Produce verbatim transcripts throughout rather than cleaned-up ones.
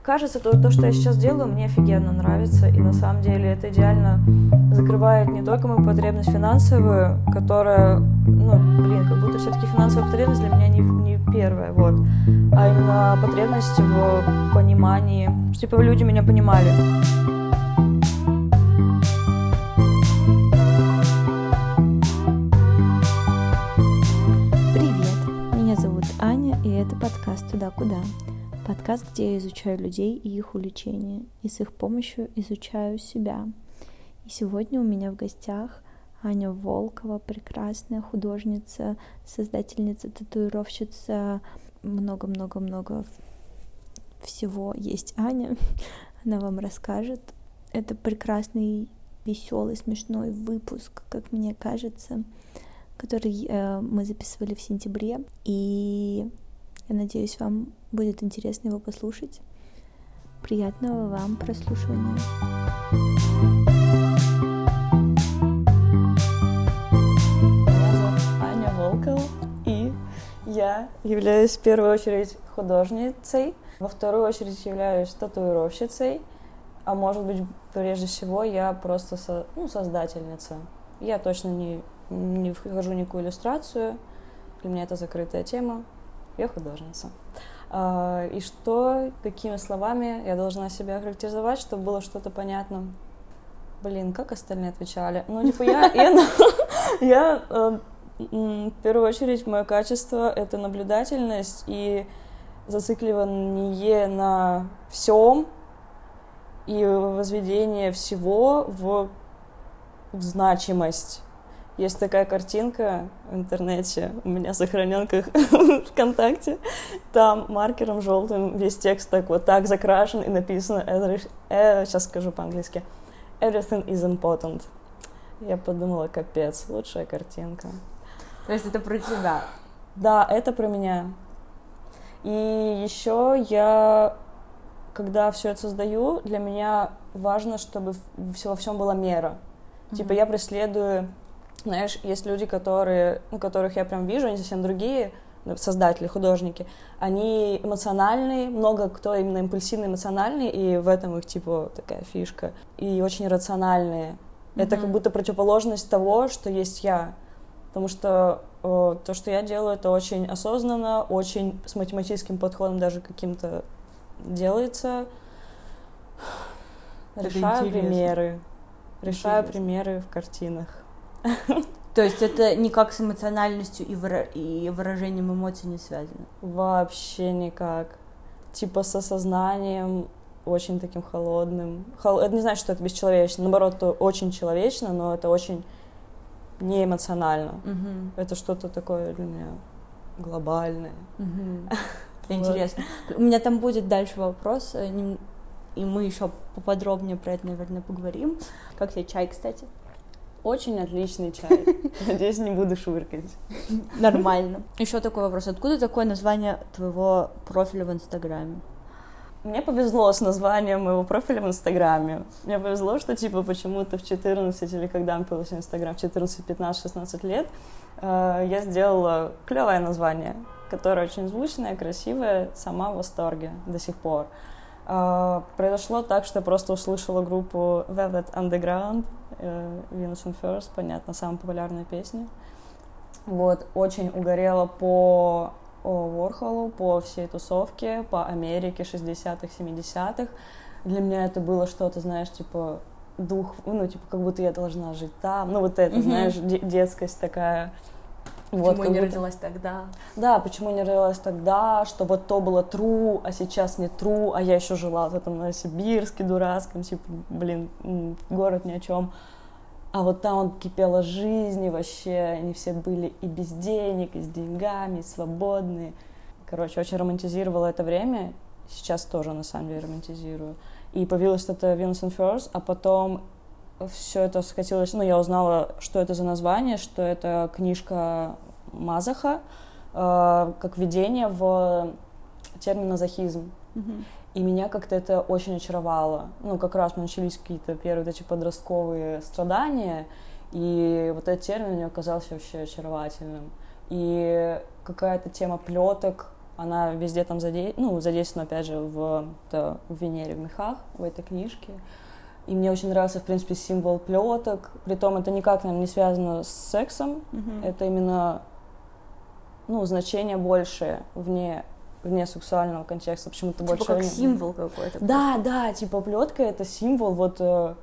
кажется, то, то, что я сейчас делаю, мне офигенно нравится, и на самом деле это идеально закрывает не только мою потребность финансовую, которая, ну, блин, как будто все-таки финансовая потребность для меня не, не первая, вот, а именно потребность в понимании, что, типа, люди меня понимали. Привет, меня зовут Аня, и это подкаст «Туда-куда». Подкаст, где я изучаю людей и их увлечения, и с их помощью изучаю себя. И сегодня у меня в гостях Аня Волкова, прекрасная художница, создательница, татуировщица, много-много-много всего есть Аня, она вам расскажет. Это прекрасный, веселый, смешной выпуск, как мне кажется, который э, мы записывали в сентябре, и я надеюсь, вам будет интересно его послушать. Приятного вам прослушивания. Меня зовут Аня Волкова, и я являюсь в первую очередь художницей, во вторую очередь являюсь татуировщицей, а может быть, прежде всего, я просто со, ну, создательница. Я точно не, не вхожу в никакую иллюстрацию, для меня это закрытая тема, я художница. А, и что, какими словами я должна себя характеризовать, чтобы было что-то понятно? Блин, как остальные отвечали? Ну, типа, я, я, я э, в первую очередь, мое качество — это наблюдательность и зацикливание на всем и возведение всего в, в значимость. Есть такая картинка в интернете, у меня сохраненка ВКонтакте, там маркером желтым весь текст так вот так закрашен и написано, э, сейчас скажу по-английски, everything is important. Я подумала, капец, лучшая картинка. То есть это про тебя? Да, это про меня. И еще я, когда все это создаю, для меня важно, чтобы во всем была мера. Mm-hmm. Типа я преследую... Знаешь, есть люди, которые, ну, которых я прям вижу, они совсем другие, создатели, художники, они эмоциональные, много кто именно импульсивный, эмоциональный, и в этом их, типа, такая фишка, и очень рациональные. Mm-hmm. Это как будто противоположность того, что есть я, потому что э, то, что я делаю, это очень осознанно, очень с математическим подходом даже каким-то делается. Это решаю интересно. примеры, решаю интересно. примеры в картинах. То есть это никак с эмоциональностью и, выра... и выражением эмоций не связано? Вообще никак. Типа с осознанием очень таким холодным. Хол... Это не значит, что это бесчеловечно. Наоборот, это очень человечно, но это очень не эмоционально. Угу. Это что-то такое для меня глобальное. Угу. Интересно. У меня там будет дальше вопрос, и мы еще поподробнее про это, наверное, поговорим. Как тебе чай, кстати? Очень отличный чай. Надеюсь, не буду швыркать. Нормально. Еще такой вопрос. Откуда такое название твоего профиля в Инстаграме? Мне повезло с названием моего профиля в Инстаграме. Мне повезло, что типа почему-то в четырнадцать или когда он появился Инстаграм, в четырнадцать, пятнадцать, шестнадцать лет, э, я сделала клевое название, которое очень звучное, красивое, сама в восторге до сих пор. Uh, произошло так, что я просто услышала группу Velvet Underground, uh, Venus and First, понятно, самая популярная песня. Вот, очень угорела по Уорхолу, по всей тусовке, по Америке шестидесятых, семидесятых. Для меня это было что-то, знаешь, типа дух, ну, типа, как будто я должна жить там. Ну, вот это, mm-hmm. знаешь, де- детскость такая. Почему вот, не будто... родилась тогда? Да, почему не родилась тогда, что вот то было true, а сейчас не true, а я еще жила в этом Новосибирске дурацком, типа, блин, город ни о чем. А вот там вот кипела жизнь, и вообще они все были и без денег, и с деньгами, и свободные. Короче, очень романтизировала это время, сейчас тоже, на самом деле, романтизирую. И появилось это Venus and First, а потом... Все это скатилось, ну, я узнала, что это за название, что это книжка Мазаха, э, как введение в термин мазохизм. Mm-hmm. И меня как-то это очень очаровало. Ну, как раз начались какие-то первые вот эти подростковые страдания, и вот этот термин мне оказался вообще очаровательным. И какая-то тема плеток, она везде там заде... ну, задействована, опять же, в, в Венере в мехах, в этой книжке. И мне очень нравился, в принципе, символ плеток. Притом это никак, наверное, не связано с сексом. Mm-hmm. Это именно, ну, значение большее вне, вне сексуального контекста. Почему-то типа больше... как не... символ какой-то. Да, просто. Да, типа плетка — это символ, вот... Э...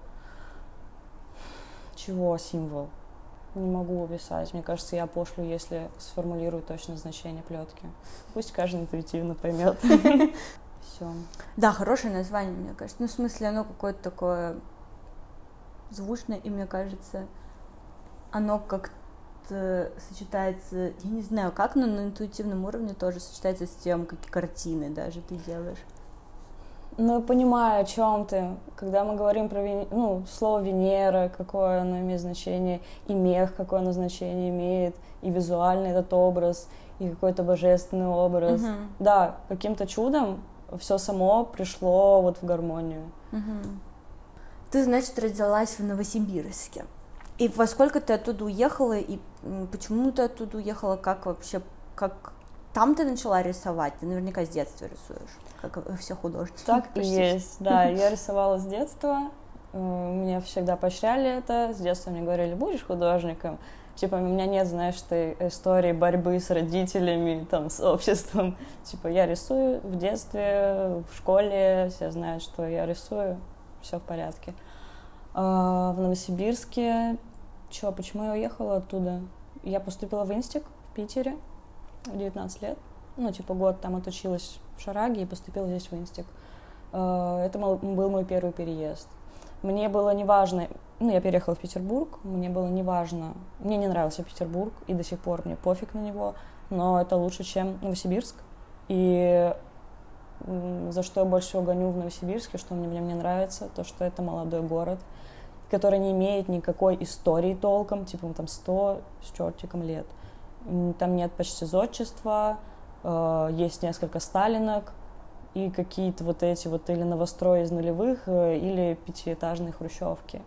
Чего символ? Не могу описать. Мне кажется, я пошлю, если сформулирую точно значение плетки. Пусть каждый интуитивно поймет. Все. Да, хорошее название, мне кажется. Ну, в смысле, оно какое-то такое звучное, и мне кажется, оно как-то сочетается, я не знаю, как, но на интуитивном уровне тоже сочетается с тем, какие картины даже ты делаешь. Ну, я понимаю, о чем ты. Когда мы говорим про Вен... ну, слово Венера, какое оно имеет значение, и мех, какое оно значение имеет, и визуальный этот образ, и какой-то божественный образ. Угу. Да, каким-то чудом все само пришло вот в гармонию. Угу. Ты, значит, родилась в Новосибирске. И во сколько ты оттуда уехала, и почему ты оттуда уехала, как вообще, как там ты начала рисовать? Ты наверняка с детства рисуешь, как все художники. Так и есть, да. Я рисовала с детства, меня всегда поощряли это, с детства мне говорили: будешь художником? Типа, у меня нет, знаешь, ты истории борьбы с родителями, там, с обществом. Типа, я рисую в детстве, в школе, все знают, что я рисую, все в порядке. А в Новосибирске, чё, почему я уехала оттуда? Я поступила в инстик в Питере в девятнадцать лет. Ну, типа, год там отучилась в Шараге и поступила здесь в инстик. Это был мой первый переезд. Мне было неважно, ну, я переехала в Петербург, мне было неважно, мне не нравился Петербург, и до сих пор мне пофиг на него, но это лучше, чем Новосибирск. И за что я больше всего гоню в Новосибирске, что мне в нем не нравится, то, что это молодой город, который не имеет никакой истории толком, типа там сто с чертиком лет. Там нет почти зодчества, есть несколько сталинок, и какие-то вот эти вот или новострои из нулевых, или пятиэтажные хрущевки.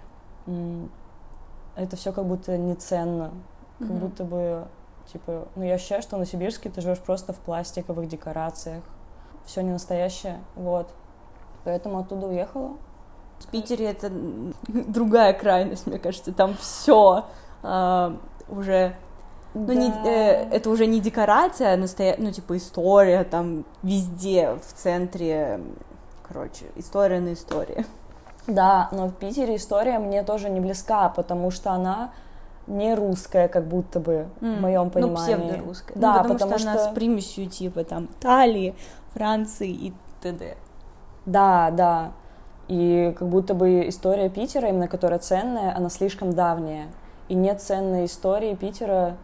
Это все как будто неценно, как mm-hmm. будто бы, типа, ну, я ощущаю, что в Новосибирске ты живешь просто в пластиковых декорациях, все не настоящее, вот. Поэтому оттуда уехала. В Питере это другая крайность, мне кажется, там все а, уже... Ну, да. не, э, это уже не декорация, а настоя... ну, типа, история, там, везде, в центре, короче, история на истории. Да, но в Питере история мне тоже не близка, потому что она не русская, как будто бы, mm. в моем понимании. Ну, псевдорусская. Да, ну, потому, потому что, что она с примесью, типа, там, Италии, Франции и т.д. Да, да. И как будто бы история Питера, именно которая ценная, она слишком давняя. И нет ценной истории Питера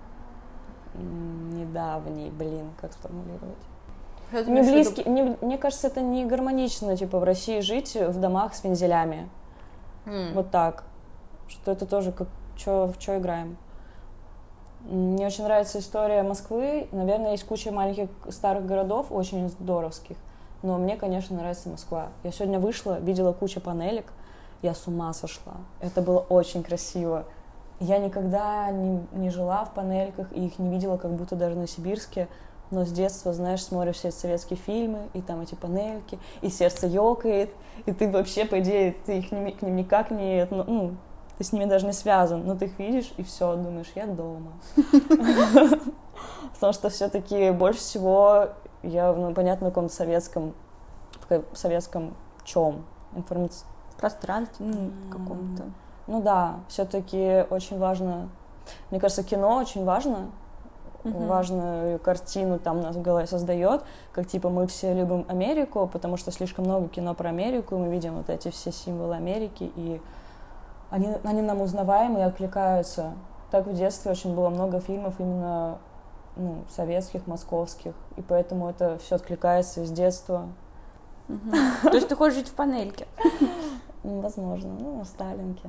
недавний, блин, как сформулировать? Не близкий, не, мне кажется, это не гармонично, типа, в России жить в домах с вензелями. Mm. Вот так. Что это тоже как, чё, в что играем. Мне очень нравится история Москвы. Наверное, есть куча маленьких старых городов, очень здоровских. Но мне, конечно, нравится Москва. Я сегодня вышла, видела кучу панелек, я с ума сошла. Это было очень красиво. Я никогда не, не жила в панельках и их не видела, как будто даже в Новосибирске, но с детства, знаешь, смотришь все эти советские фильмы, и там эти панельки, и сердце ёкает, и ты вообще, по идее, ты их не, к ним никак не, ну, ты с ними даже не связан, но ты их видишь, и все, думаешь, я дома. Потому что все-таки больше всего я, ну, понятно, в каком-то советском, в советском чем? Информационном пространстве каком-то. Ну да, все-таки очень важно, мне кажется, кино очень важно, uh-huh. важную картину там у нас в голове создает, как типа мы все любим Америку, потому что слишком много кино про Америку, и мы видим вот эти все символы Америки, и они, они нам узнаваемы и откликаются. Так в детстве очень было много фильмов именно, ну, советских, московских, и поэтому это все откликается с детства. Uh-huh. То есть ты хочешь жить в панельке? Возможно, ну, на Сталинке.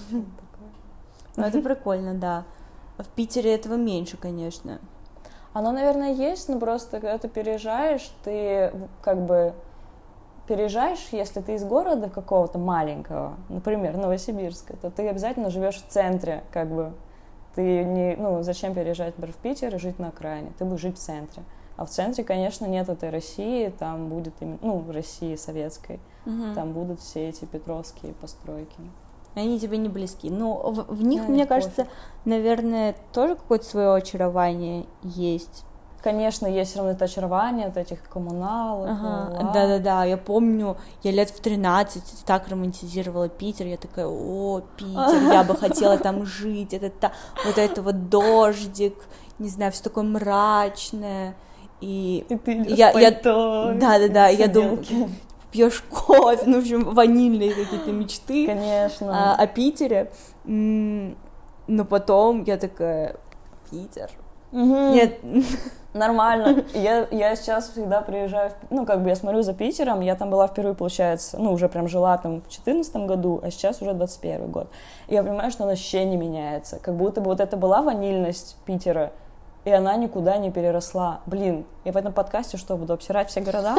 Ну, это прикольно, да. В Питере этого меньше, конечно. Оно, наверное, есть, но просто когда ты переезжаешь, ты как бы переезжаешь, если ты из города какого-то маленького, например, Новосибирска, то ты обязательно живешь в центре, как бы. Ты не, ну, зачем переезжать, например, в Питер и жить на окраине? Ты будешь жить в центре. А в центре, конечно, нет этой России, там будет именно, ну, России советской, Угу. там будут все эти петровские постройки. Они тебе не близки. Ну, в, в них, Да, мне нет, кажется, пофиг. наверное, тоже какое-то свое очарование есть. Конечно, есть все равно это очарование от этих коммуналов. Ага, ла-ла. да-да-да, я помню, я лет в тринадцать так романтизировала Питер, я такая, о, Питер, я бы хотела там жить, это та, вот это вот дождик, не знаю, все такое мрачное, и, И ты идёшь я, в я, пальто, да-да-да, в я думаю, сиделке. пьешь кофе, ну, в общем, ванильные какие-то мечты Конечно. а, о Питере, М, но потом я такая, Питер, Мгм. нет, Нормально. Я, я сейчас всегда приезжаю, в- ну, как бы я смотрю за Питером, я там была впервые, получается, ну, уже прям жила там в четырнадцатом году, а сейчас уже двадцать первый год. И я понимаю, что она вообще не меняется. Как будто бы вот это была ванильность Питера, и она никуда не переросла. Блин, я в этом подкасте что, буду обсирать все города?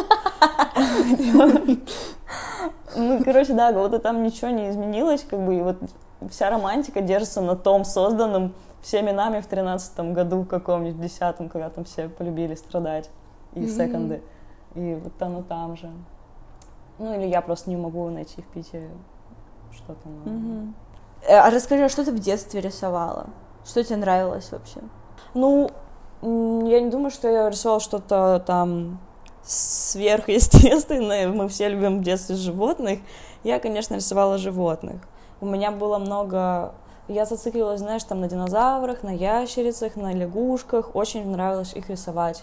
Ну, короче, да, как будто там ничего не изменилось, как бы, и вот вся романтика держится на том созданном всеми нами в тринадцатом году каком-нибудь, в десятом, когда там все полюбили страдать, и Мгм. секонды, и вот оно там же. Ну, или я просто не могу найти в Питере что-то новое. Мгм. Э, А расскажи, а что ты в детстве рисовала? Что тебе нравилось вообще? Ну, м, я не думаю, что я рисовала что-то там сверхъестественное. Мы все любим в детстве животных. Я, конечно, рисовала животных. У меня было много... Я зациклилась, знаешь, там на динозаврах, на ящерицах, на лягушках. Очень нравилось их рисовать.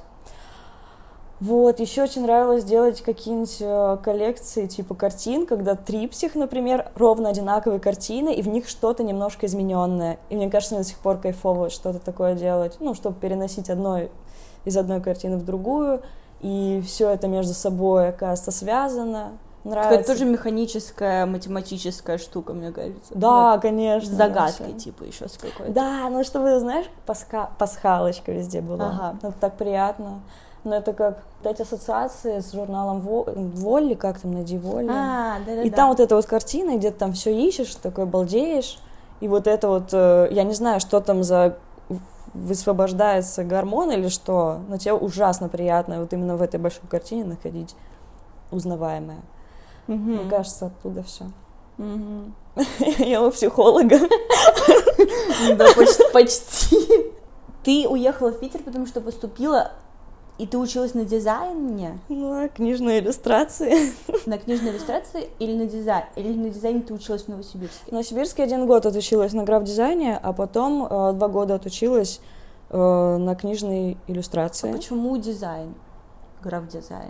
Вот, еще очень нравилось делать какие-нибудь э, коллекции, типа картин, когда трипсих, например, ровно одинаковые картины, и в них что-то немножко измененное. И мне кажется, мне до сих пор кайфово что-то такое делать, ну, чтобы переносить одной, из одной картины в другую, и все это между собой, оказывается, связано. Нравится. Это тоже механическая, математическая штука, мне кажется. Да, Вот. конечно. С загадкой, вообще. типа, еще с какой-то. Да, ну чтобы, знаешь, пасха... пасхалочка везде была. Ага. Это так приятно. Но это как вот эти ассоциации с журналом Во... Волли, как там, найди Волли. А, да-да-да. И там вот эта вот картина, где ты там все ищешь, такой балдеешь. И вот это вот, э, я не знаю, что там за высвобождается гормон или что, но тебе ужасно приятно вот именно в этой большой картине находить узнаваемое. Мгм. Мне кажется, оттуда все. Мгм. Я у психолога. Да, почти, почти. Ты уехала в Питер, потому что поступила, и ты училась на дизайне, Ну, а книжные иллюстрации. на книжной иллюстрации или на дизайн? Или на дизайне ты училась в Новосибирске? В Новосибирске один год отучилась на граф-дизайне, а потом э, два года отучилась э, на книжной иллюстрации. А почему дизайн? Граф-дизайн.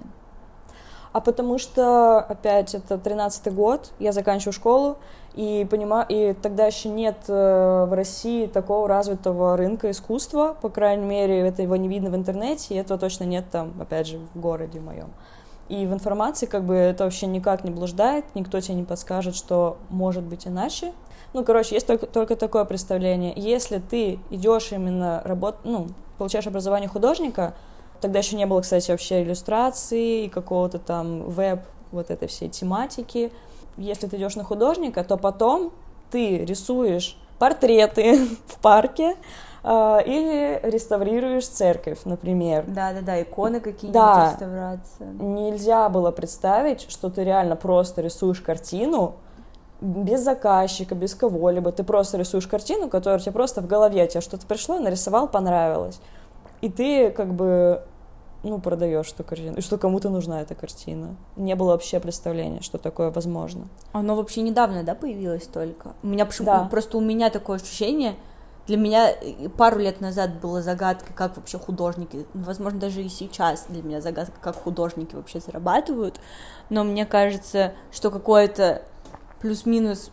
А потому что, опять, это тринадцатый год, я заканчиваю школу, и понимаю, и тогда еще нет э, в России такого развитого рынка искусства, по крайней мере, это его не видно в интернете, и этого точно нет там, опять же, в городе моем. И в информации как бы это вообще никак не блуждает, никто тебе не подскажет, что может быть иначе. Ну, короче, есть только, только такое представление. Если ты идешь именно работать, ну, получаешь образование художника, тогда еще не было, кстати, вообще иллюстрации и какого-то там веб, вот этой всей тематики. Если ты идешь на художника, то потом ты рисуешь портреты в парке э, или реставрируешь церковь, например. Да-да-да, иконы какие-нибудь, Да. реставрация. Нельзя было представить, что ты реально просто рисуешь картину без заказчика, без кого-либо. Ты просто рисуешь картину, которая тебе просто в голове, тебе что-то пришло, нарисовал, понравилось. И ты как бы, ну, продаешь эту картину, и что кому-то нужна эта картина. Не было вообще представления, что такое возможно. Оно вообще недавно, да, появилось только? У меня почему Да. просто у меня такое ощущение. Для меня пару лет назад была загадка, как вообще художники, возможно, даже и сейчас для меня загадка, как художники вообще зарабатывают. Но мне кажется, что какое-то плюс-минус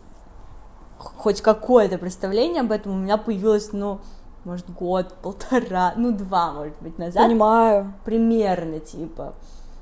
хоть какое-то представление об этом у меня появилось, ну, может, год, полтора, ну, два, может быть, назад. Понимаю. Примерно, типа.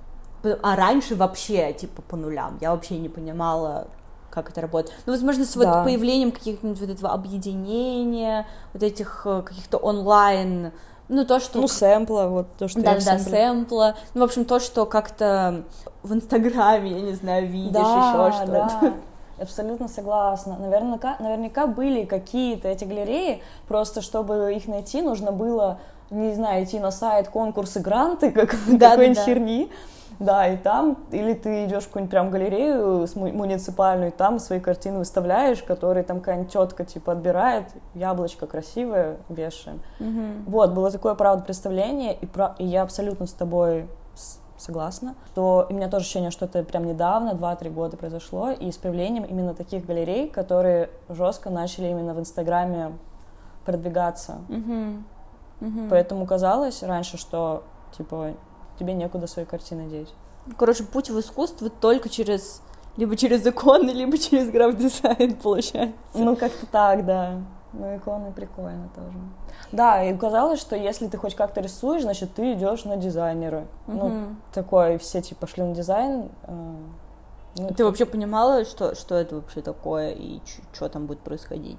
А раньше вообще, типа, по нулям. Я вообще не понимала, как это работает. Ну, возможно, с вот Да. появлением каких-нибудь вот этого объединения, вот этих э, каких-то онлайн, ну, то, что... Ну, сэмпла, вот то, что я в Да-да-да, сэмпле. сэмпла. Ну, в общем, то, что как-то в Инстаграме, я не знаю, видишь, Да, еще что-то. да. Абсолютно согласна. Наверняка, наверняка были какие-то эти галереи, просто чтобы их найти, нужно было, не знаю, идти на сайт конкурсы, гранты, как да, какой-нибудь да, херни. Да, и там, или ты идешь в какую-нибудь прям галерею муниципальную, и там свои картины выставляешь, которые там какая-нибудь тетка типа отбирает, яблочко красивое вешаем. Mm-hmm. Вот, было такое, правда, представление, и, про... и я абсолютно с тобой согласна, что у меня тоже ощущение, что это прям недавно, два-три года произошло, и с появлением именно таких галерей, которые жестко начали именно в Инстаграме продвигаться. Mm-hmm. Mm-hmm. Поэтому казалось раньше, что, типа, тебе некуда свои картины деть. Короче, путь в искусство только через... либо через иконы, либо через граф-дизайн, получается. Ну, как-то так, да. Ну, иконы прикольно тоже. Да, и казалось, что если ты хоть как-то рисуешь, значит, ты идешь на дизайнера. Uh-huh. Ну, такое, все типа пошли на дизайн. Э, ну, ты вообще понимала, что, что это вообще такое и что там будет происходить?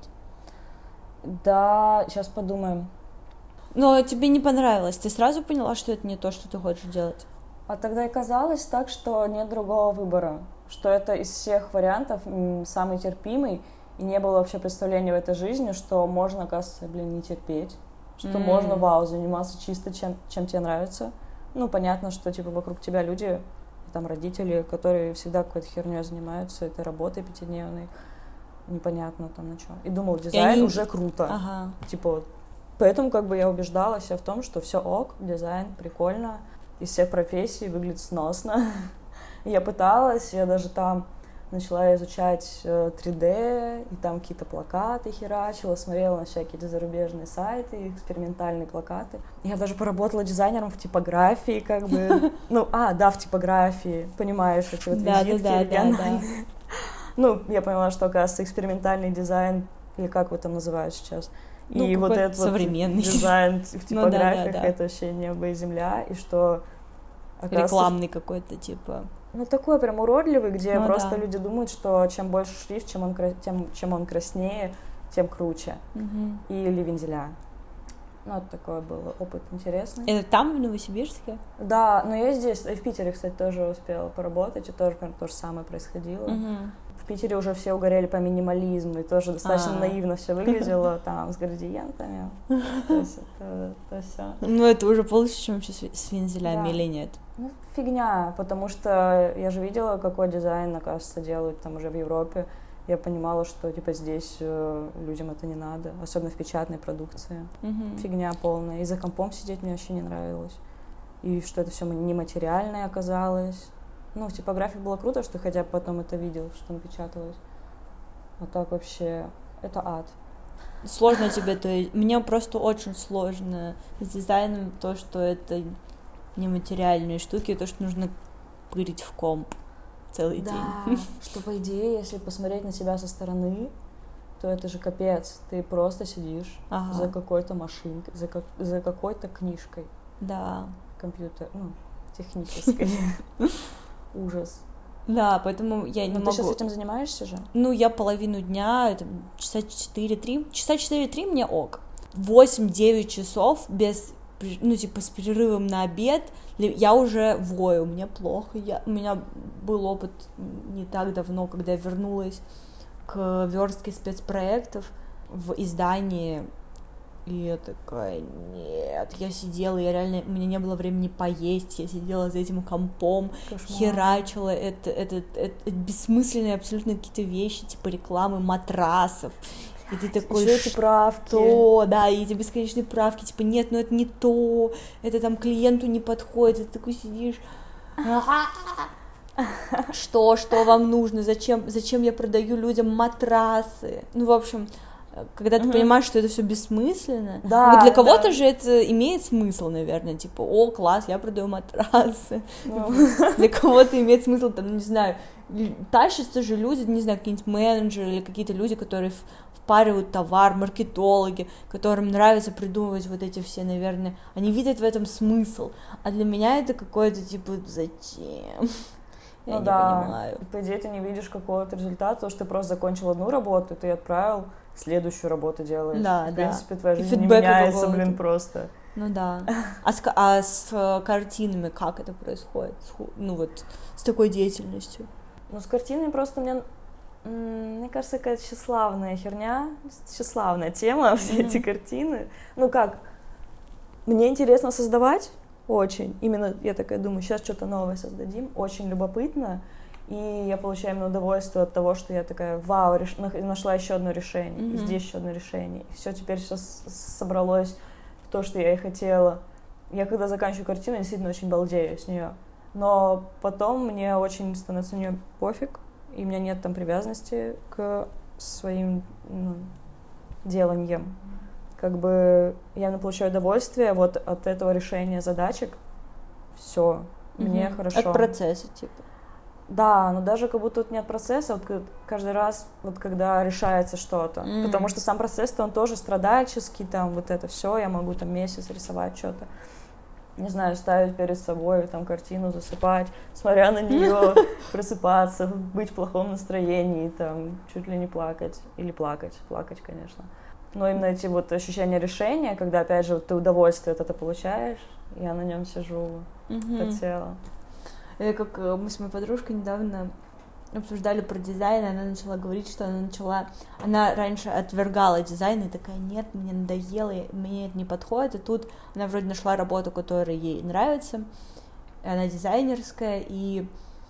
Да, сейчас подумаем. Но тебе не понравилось? Ты сразу поняла, что это не то, что ты хочешь делать? А тогда и казалось так, что нет другого выбора. Что это из всех вариантов самый терпимый. И не было вообще представления в этой жизни, что можно, оказывается, блин, не терпеть. Что mm-hmm. можно, вау, заниматься чисто чем, чем тебе нравится. Ну, понятно, что, типа, вокруг тебя люди, там, родители, которые всегда какой-то херней занимаются, этой работой пятидневной. Непонятно там на чем. И думал, дизайн они... уже круто. Ага. Типа, вот. Поэтому, как бы, я убеждала себя в том, что все ок, дизайн прикольно, из всех профессий выглядит сносно. Я пыталась, я даже там начала изучать три дэ, и там какие-то плакаты херачила, смотрела на всякие зарубежные сайты, экспериментальные плакаты. Я даже поработала дизайнером в типографии, как бы. Ну, а, да, в типографии, понимаешь, эти вот визитки региональные. Ну, я поняла, что, оказывается, экспериментальный дизайн, или как его там называют сейчас, ну, и вот этот современный вот дизайн в типографиях, это вообще небо и земля, и что... Рекламный какой-то, типа... Ну, такой прям уродливый, где ну, просто да. люди думают, что чем больше шрифт, чем он, тем, чем он краснее, тем круче. Угу. Или вензеля. Ну, вот такой был опыт интересный. Это там, в Новосибирске? Да, но я здесь, и в Питере, кстати, тоже успела поработать, и тоже прям то же самое происходило. Угу. В Питере уже все угорели по минимализму, и тоже достаточно А-а-а. наивно все выглядело, там, с градиентами, то все. Ну, это уже получше, чем с вензелями, или нет? Ну, фигня, потому что я же видела, какой дизайн, оказывается, делают там уже в Европе. Я понимала, что, типа, здесь э, людям это не надо, особенно в печатной продукции. Mm-hmm. Фигня полная. И за компом сидеть мне вообще не нравилось. И что это все нематериальное оказалось. Ну, в типографии было круто, что хотя бы потом это видел, что напечаталось. А так вообще это ад. Сложно тебе, то есть, мне просто очень сложно с дизайном то, что это нематериальные штуки, то, что нужно пырить в комп целый да, день. Что, по идее, если посмотреть на себя со стороны, то это же капец. Ты просто сидишь ага. за какой-то машинкой, за, как, за какой-то книжкой. Да. Компьютер, ну, технической. Ужас. Да, поэтому я не Но могу... ты сейчас этим занимаешься же? Ну, я половину дня, это часа четыре-три. Часа четыре-три мне ок. восемь-девять часов без... ну, типа, с перерывом на обед, я уже вою, мне плохо. Я, у меня был опыт не так давно, когда я вернулась к верстке спецпроектов в издании, и я такая, нет, я сидела, я реально, у меня не было времени поесть, я сидела за этим компом, Кошмар. херачила это, это, это, это бессмысленные абсолютно какие-то вещи, типа рекламы матрасов. И ты такой, еще эти правки. Что? Да, и эти бесконечные правки, типа, нет, ну это не то, это там клиенту не подходит, и ты такой сидишь, что, что вам нужно, зачем, зачем я продаю людям матрасы? Ну, в общем, когда ты uh-huh. понимаешь, что это все бессмысленно, да, вот для кого-то да. же это имеет смысл, наверное, типа, о, класс, я продаю матрасы, uh-huh. для кого-то имеет смысл, там, не знаю, тащатся же люди, не знаю, какие-нибудь менеджеры или какие-то люди, которые впаривают товар, маркетологи, которым нравится придумывать вот эти все, наверное, они видят в этом смысл, а для меня это какое-то, типа, зачем? Я ну не да. понимаю. По идее, ты не видишь какого-то результата, потому что ты просто закончил одну работу, и ты отправил, следующую работу делаешь. Да, в да. принципе, твоя жизнь не меняется, блин, просто. Ну да. А с, а с картинами как это происходит? Ну вот, с такой деятельностью? Ну, с картинами просто мне Мне кажется, какая-то тщеславная херня, тщеславная тема, все mm-hmm. эти картины. Ну как, мне интересно создавать очень. Именно я такая думаю, сейчас что-то новое создадим, очень любопытно. И я получаю именно удовольствие от того, что я такая, вау, реш... нашла еще одно решение, mm-hmm. и здесь еще одно решение. И все теперь все собралось в то, что я и хотела. Я когда заканчиваю картину, я действительно очень балдею с нее. Но потом мне очень становится на нее пофиг, и у меня нет там привязанности к своим ну, деланиям. Как бы я получаю удовольствие вот от этого решения задачек. Все, mm-hmm. мне хорошо. От процесса, типа. Да, но даже как будто тут нет процесса, вот каждый раз, вот когда решается что-то. Mm-hmm. Потому что сам процесс-то, он тоже страдальческий, там вот это все, я могу там месяц рисовать что-то. Не знаю, ставить перед собой там картину, засыпать, смотря на нее, просыпаться, быть в плохом настроении, там, чуть ли не плакать. Или плакать, плакать, конечно. Но именно эти вот ощущения решения, когда, опять же, вот ты удовольствие от этого получаешь, я на нем сижу, mm-hmm. хотела. Это как мы с моей подружкой недавно обсуждали про дизайн, и она начала говорить, что она начала... Она раньше отвергала дизайн, и такая, нет, мне надоело, мне это не подходит, и тут она вроде нашла работу, которая ей нравится, и она дизайнерская, и,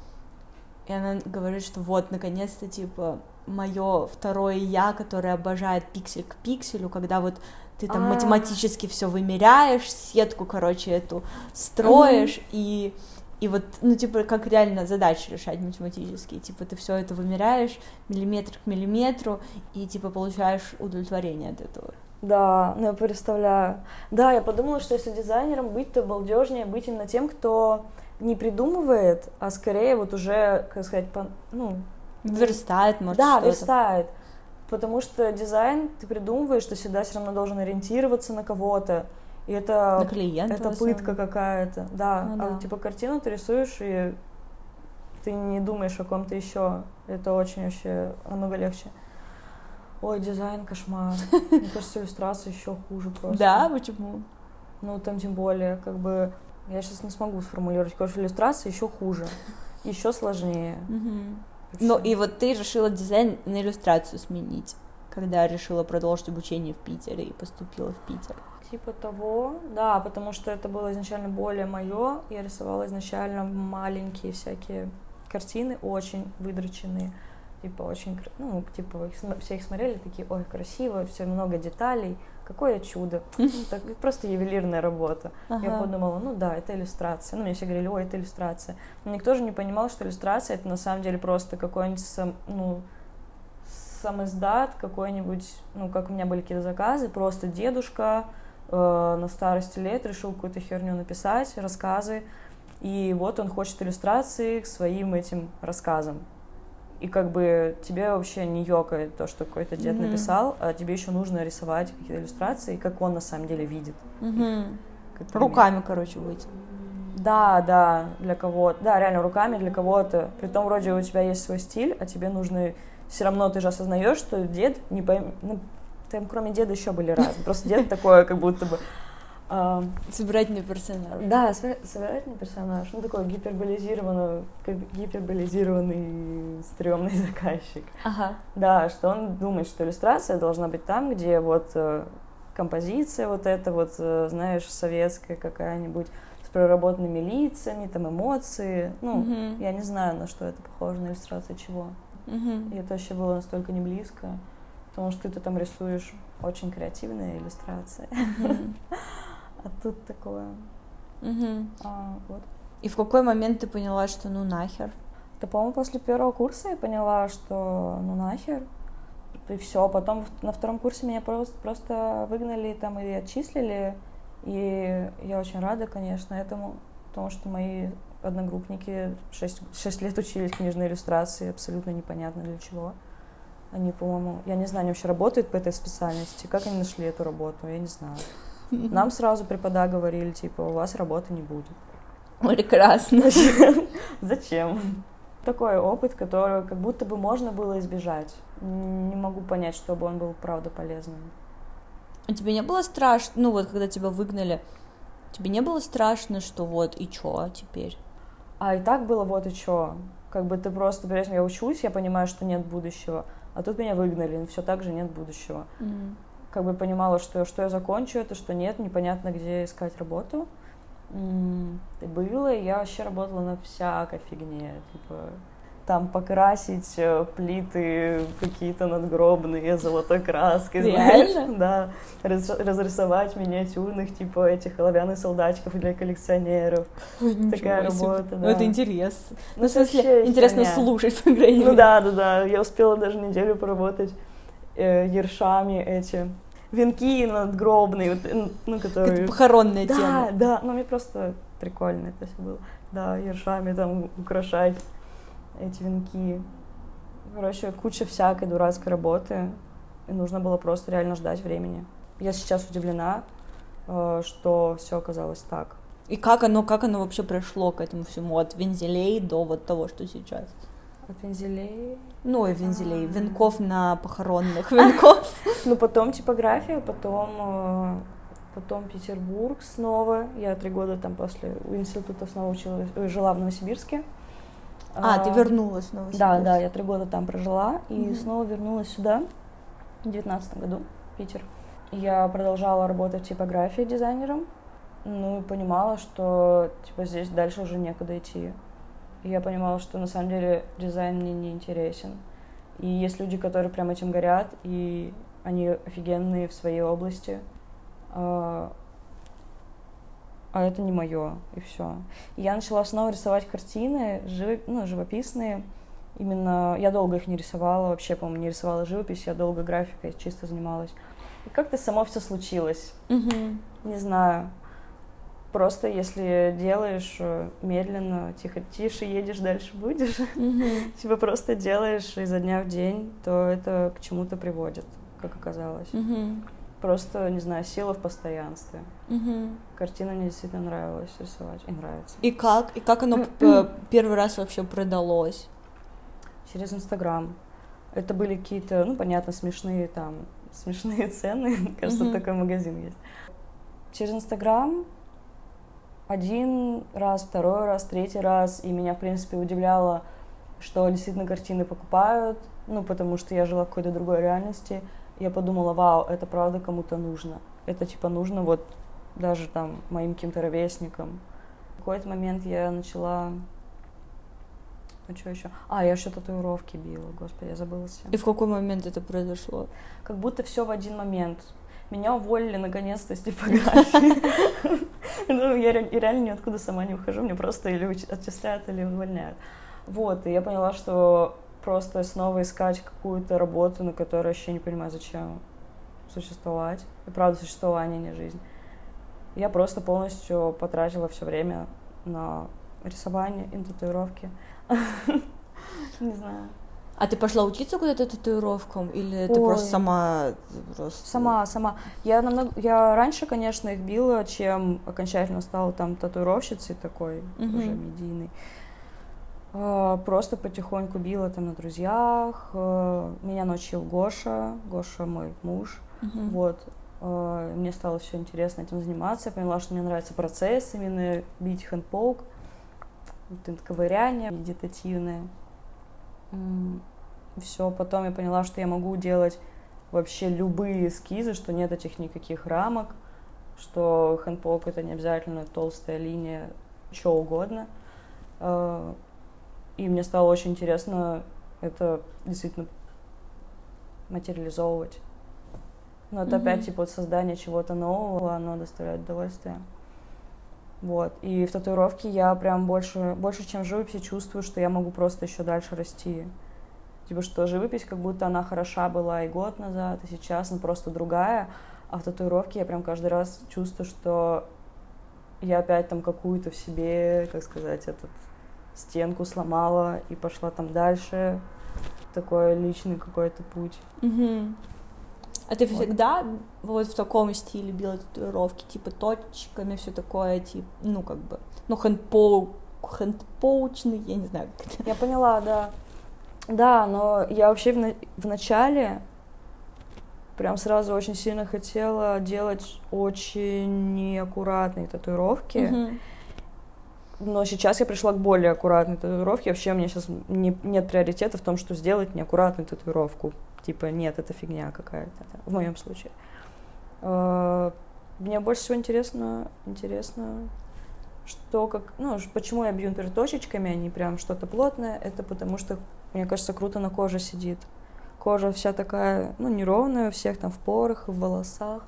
и она говорит, что вот, наконец-то, типа, мое второе я, которое обожает пиксель к пикселю, когда вот ты там А-а-а. математически все вымеряешь, сетку, короче, эту строишь, mm-hmm. и... И вот, ну, типа, как реально задачи решать математические. Типа, ты все это вымеряешь миллиметр к миллиметру, и, типа, получаешь удовлетворение от этого. Да, ну, я представляю. Да, я подумала, что если дизайнером быть, то балдежнее быть именно тем, кто не придумывает, а скорее вот уже, как сказать, по, ну... Верстает, может, да, что-то. верстает. Потому что дизайн ты придумываешь, ты всегда все равно должен ориентироваться на кого-то. И это, на клиента, это пытка какая-то, да. Ну, а да. типа картину ты рисуешь, и ты не думаешь о ком-то еще. Это очень вообще намного легче. Ой, дизайн, кошмар. Мне кажется, иллюстрация еще хуже просто. Да, почему? Ну, там тем более, как бы, я сейчас не смогу сформулировать, потому что иллюстрация еще хуже, еще сложнее. Ну, и вот ты решила дизайн на иллюстрацию сменить, когда решила продолжить обучение в Питере и поступила в Питер. Типа того, да, потому что это было изначально более мое. Я рисовала изначально маленькие всякие картины, очень выдроченные, типа очень, ну, типа все их смотрели, такие, ой, красиво, все много деталей, какое чудо, так, просто ювелирная работа. Ага. Я подумала, ну да, это иллюстрация. Ну, мне все говорили, ой, это иллюстрация. Но никто же не понимал, что иллюстрация это на самом деле просто какой-нибудь сам, ну, сам издат, какой-нибудь, ну, как у меня были какие-то заказы, просто дедушка на старости лет решил какую-то херню написать, рассказы, и вот он хочет иллюстрации к своим этим рассказам. И как бы тебе вообще не ёкает то, что какой-то дед mm-hmm. написал, а тебе еще нужно рисовать какие-то иллюстрации, как он на самом деле видит. Mm-hmm. Руками, короче, быть. Да, да, для кого-то. Да, реально, руками для кого-то. Притом вроде у тебя есть свой стиль, а тебе нужно... Все равно ты же осознаешь, что дед не поймет... Там кроме деда еще были разные. Просто дед такой, как будто бы... Э, собирательный персонаж. Да, собирательный персонаж. Ну, такой гиперболизированный, как гиперболизированный стрёмный заказчик. Ага. Да, что он думает, что иллюстрация должна быть там, где вот э, композиция вот эта вот, э, знаешь, советская какая-нибудь, с проработанными лицами, там эмоции. Ну, угу. Я не знаю, на что это похоже, на иллюстрацию чего. Угу. И это вообще было настолько не близко. Потому что ты там рисуешь очень креативные иллюстрации. Mm-hmm. А тут такое. Mm-hmm. А, вот. И в какой момент ты поняла, что ну нахер? Да, по-моему, после первого курса я поняла, что ну нахер. И все. Потом на втором курсе меня просто, просто выгнали там и отчислили. И я очень рада, конечно, этому. Потому что мои одногруппники шесть лет учились книжной иллюстрации, абсолютно непонятно для чего. Они, по-моему, я не знаю, они вообще работают по этой специальности. Как они нашли эту работу, я не знаю. Нам сразу препода говорили, типа, у вас работы не будет. Прекрасно. Зачем? Такой опыт, который как будто бы можно было избежать. Не могу понять, чтобы он был, правда, полезным. А тебе не было страшно, ну вот, когда тебя выгнали, тебе не было страшно, что вот, и чё теперь? А и так было вот и чё. Как бы ты просто, допустим, я учусь, я понимаю, что нет будущего, а тут меня выгнали, но все так же нет будущего. Mm. Как бы понимала, что, что я закончу это, что нет, непонятно, где искать работу. Mm. И было, и я вообще работала на всякой фигне, типа... Там покрасить плиты какие-то надгробные золотой краской, Реально? Да, раз, разрисовать миниатюрных, типа, этих оловянных солдатиков для коллекционеров. Ой, такая работа, себе. да. Ну, это интересно. Ну, Ну, в смысле, интересно херня. слушать, по крайней мере. Ну, да, да, да, я успела даже неделю поработать э, ершами эти, венки надгробные, вот, ну, которые... Это похоронная да, тема. Да, да, ну, мне просто прикольно это все было. Да, ершами там украшать эти венки. Короче, куча всякой дурацкой работы, и нужно было просто реально ждать времени. Я сейчас удивлена, что все оказалось так. И как оно, как оно вообще пришло к этому всему, от вензелей до вот того, что сейчас? От вензелей? Ну, и вензелей, венков на похоронных венков. Ну, потом типография, потом... Потом Петербург снова. Я три года там после института снова училась, жила в Новосибирске. А, ты вернулась в Новосибирск? Да, да, я три года там прожила и mm-hmm. снова вернулась сюда в девятнадцатом году, в Питер. Я продолжала работать в типографии дизайнером, ну и понимала, что типа здесь дальше уже некуда идти. И я понимала, что на самом деле дизайн мне не интересен. И есть люди, которые прям этим горят, и они офигенные в своей области. А, а это не мое, и все. И я начала снова рисовать картины, жив... ну, живописные. Именно я долго их не рисовала, вообще, по-моему, не рисовала живопись, я долго графикой чисто занималась. И как-то само все случилось. Mm-hmm. Не знаю. Просто если делаешь медленно, тихо, тише едешь, дальше будешь. Mm-hmm. Типа просто делаешь изо дня в день, то это к чему-то приводит, как оказалось. Mm-hmm. Просто, не знаю, сила в постоянстве. Mm-hmm. Картина мне действительно нравилась рисовать. И нравится. И как? И как оно первый раз вообще продалось? Через Инстаграм. Это были какие-то, ну, понятно, смешные там, смешные цены. Кажется, mm-hmm. такой магазин есть. Через Инстаграм один раз, второй раз, третий раз. И меня, в принципе, удивляло, что действительно картины покупают. Ну, потому что я жила в какой-то другой реальности. Я подумала, вау, это правда кому-то нужно. Это, типа, нужно вот даже там моим каким-то ровесникам. В какой-то момент я начала... А что еще? А, я еще татуировки била, господи, я забыла все. И в какой момент это произошло? Как будто все в один момент. Меня уволили наконец-то из типографии. Ну, я реально ниоткуда сама не ухожу, мне просто или отчисляют, или увольняют. Вот, и я поняла, что просто снова искать какую-то работу, на которой вообще не понимаю, зачем существовать. И правда, существование, не жизнь. Я просто полностью потратила все время на рисование и татуировки. Не знаю. А ты пошла учиться куда-то татуировкам? Или ты Ой. просто сама... Просто... Сама, сама. Я, намного... я раньше, конечно, их била, чем окончательно стала там татуировщицей такой, mm-hmm. уже медийной. Просто потихоньку била там на друзьях. Меня научил Гоша. Гоша мой муж. Mm-hmm. Вот. Мне стало все интересно этим заниматься. Я поняла, что мне нравится процесс именно бить хэндпоук. Ковыряние медитативное. Все, потом я поняла, что я могу делать вообще любые эскизы, что нет этих никаких рамок, что хэндпоук — это не обязательно толстая линия, что угодно. И мне стало очень интересно это действительно материализовывать. Но это mm-hmm. опять типа вот создание чего-то нового, оно доставляет удовольствие. Вот. И в татуировке я прям больше, больше, чем в живописи, чувствую, что я могу просто еще дальше расти. Типа, что живопись, как будто она хороша была и год назад, и сейчас она просто другая. А в татуировке я прям каждый раз чувствую, что я опять там какую-то в себе, как сказать, этот, стенку сломала и пошла там дальше. Такой личный какой-то путь. Mm-hmm. А ты вот. Всегда вот в таком стиле била татуировки, типа точками, все такое, типа, ну, как бы, ну, хэндпоук, хэндпоучный, я не знаю, как это. Я поняла, да. Да, но я вообще в, на- в начале прям сразу очень сильно хотела делать очень неаккуратные татуировки. Mm-hmm. Но сейчас я пришла к более аккуратной татуировке. Вообще у меня сейчас не, нет приоритета в том, что сделать неаккуратную татуировку. Типа, нет, это фигня какая-то, в моем случае. Мне больше всего интересно, интересно, что как, ну, почему я бью, например, точечками, а не прям что-то плотное. Это потому что, мне кажется, круто на коже сидит. Кожа вся такая, ну, неровная у всех, там, в порах, в волосах.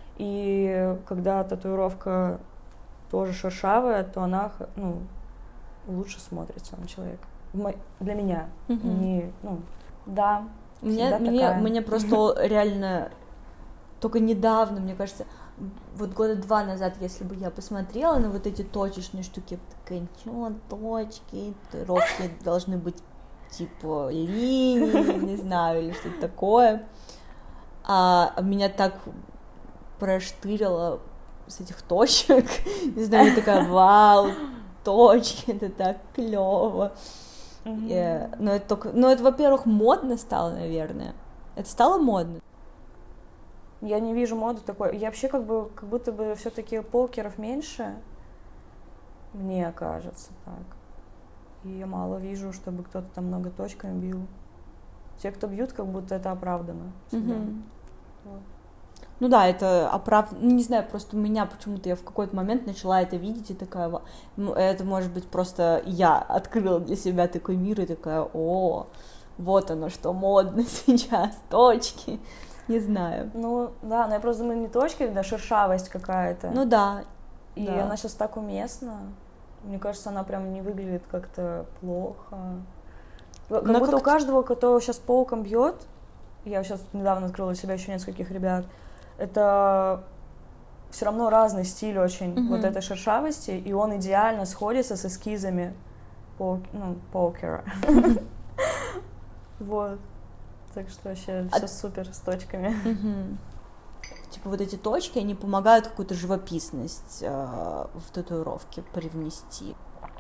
И когда татуировка тоже шершавая, то она, ну, лучше смотрится на человека. Для меня. Mm-hmm. Не, ну, да. Мне, мне, мне просто реально только недавно, мне кажется, вот года два назад, если бы я посмотрела на вот эти точечные штуки, такая, ничего, точки, татуировки должны быть типа линии, не знаю, или что-то такое. А меня так проштырило с этих точек, не знаю, я такая, вау, точки, это так клево. Mm-hmm. Yeah. Но это только, ну это, во-первых, модно стало, наверное. Это стало модно. Я не вижу моды такой. Я вообще как бы, как будто бы все-таки покеров меньше, мне кажется так. И я мало вижу, чтобы кто-то там много точками бил. Те, кто бьют, как будто это оправдано. Mm-hmm. Вот. Ну да, это оправдано, ну, не знаю, просто у меня почему-то я в какой-то момент начала это видеть и такая, ну, это может быть просто я открыла для себя такой мир и такая, о, вот оно что модно сейчас, точки, не знаю. Ну да, но я просто думаю, не точки, да, шершавость какая-то. Ну да. И да. она сейчас так уместна, мне кажется, она прям не выглядит как-то плохо. Как но будто как... у каждого, кто сейчас пауком бьет, я сейчас недавно открыла для себя еще нескольких ребят, это все равно разный стиль очень mm-hmm. вот этой шершавости, и он идеально сходится с эскизами по, ну, покера. Mm-hmm. Вот. Так что вообще а... все супер с точками. Mm-hmm. Типа вот эти точки, они помогают какую-то живописность э, в татуировке привнести.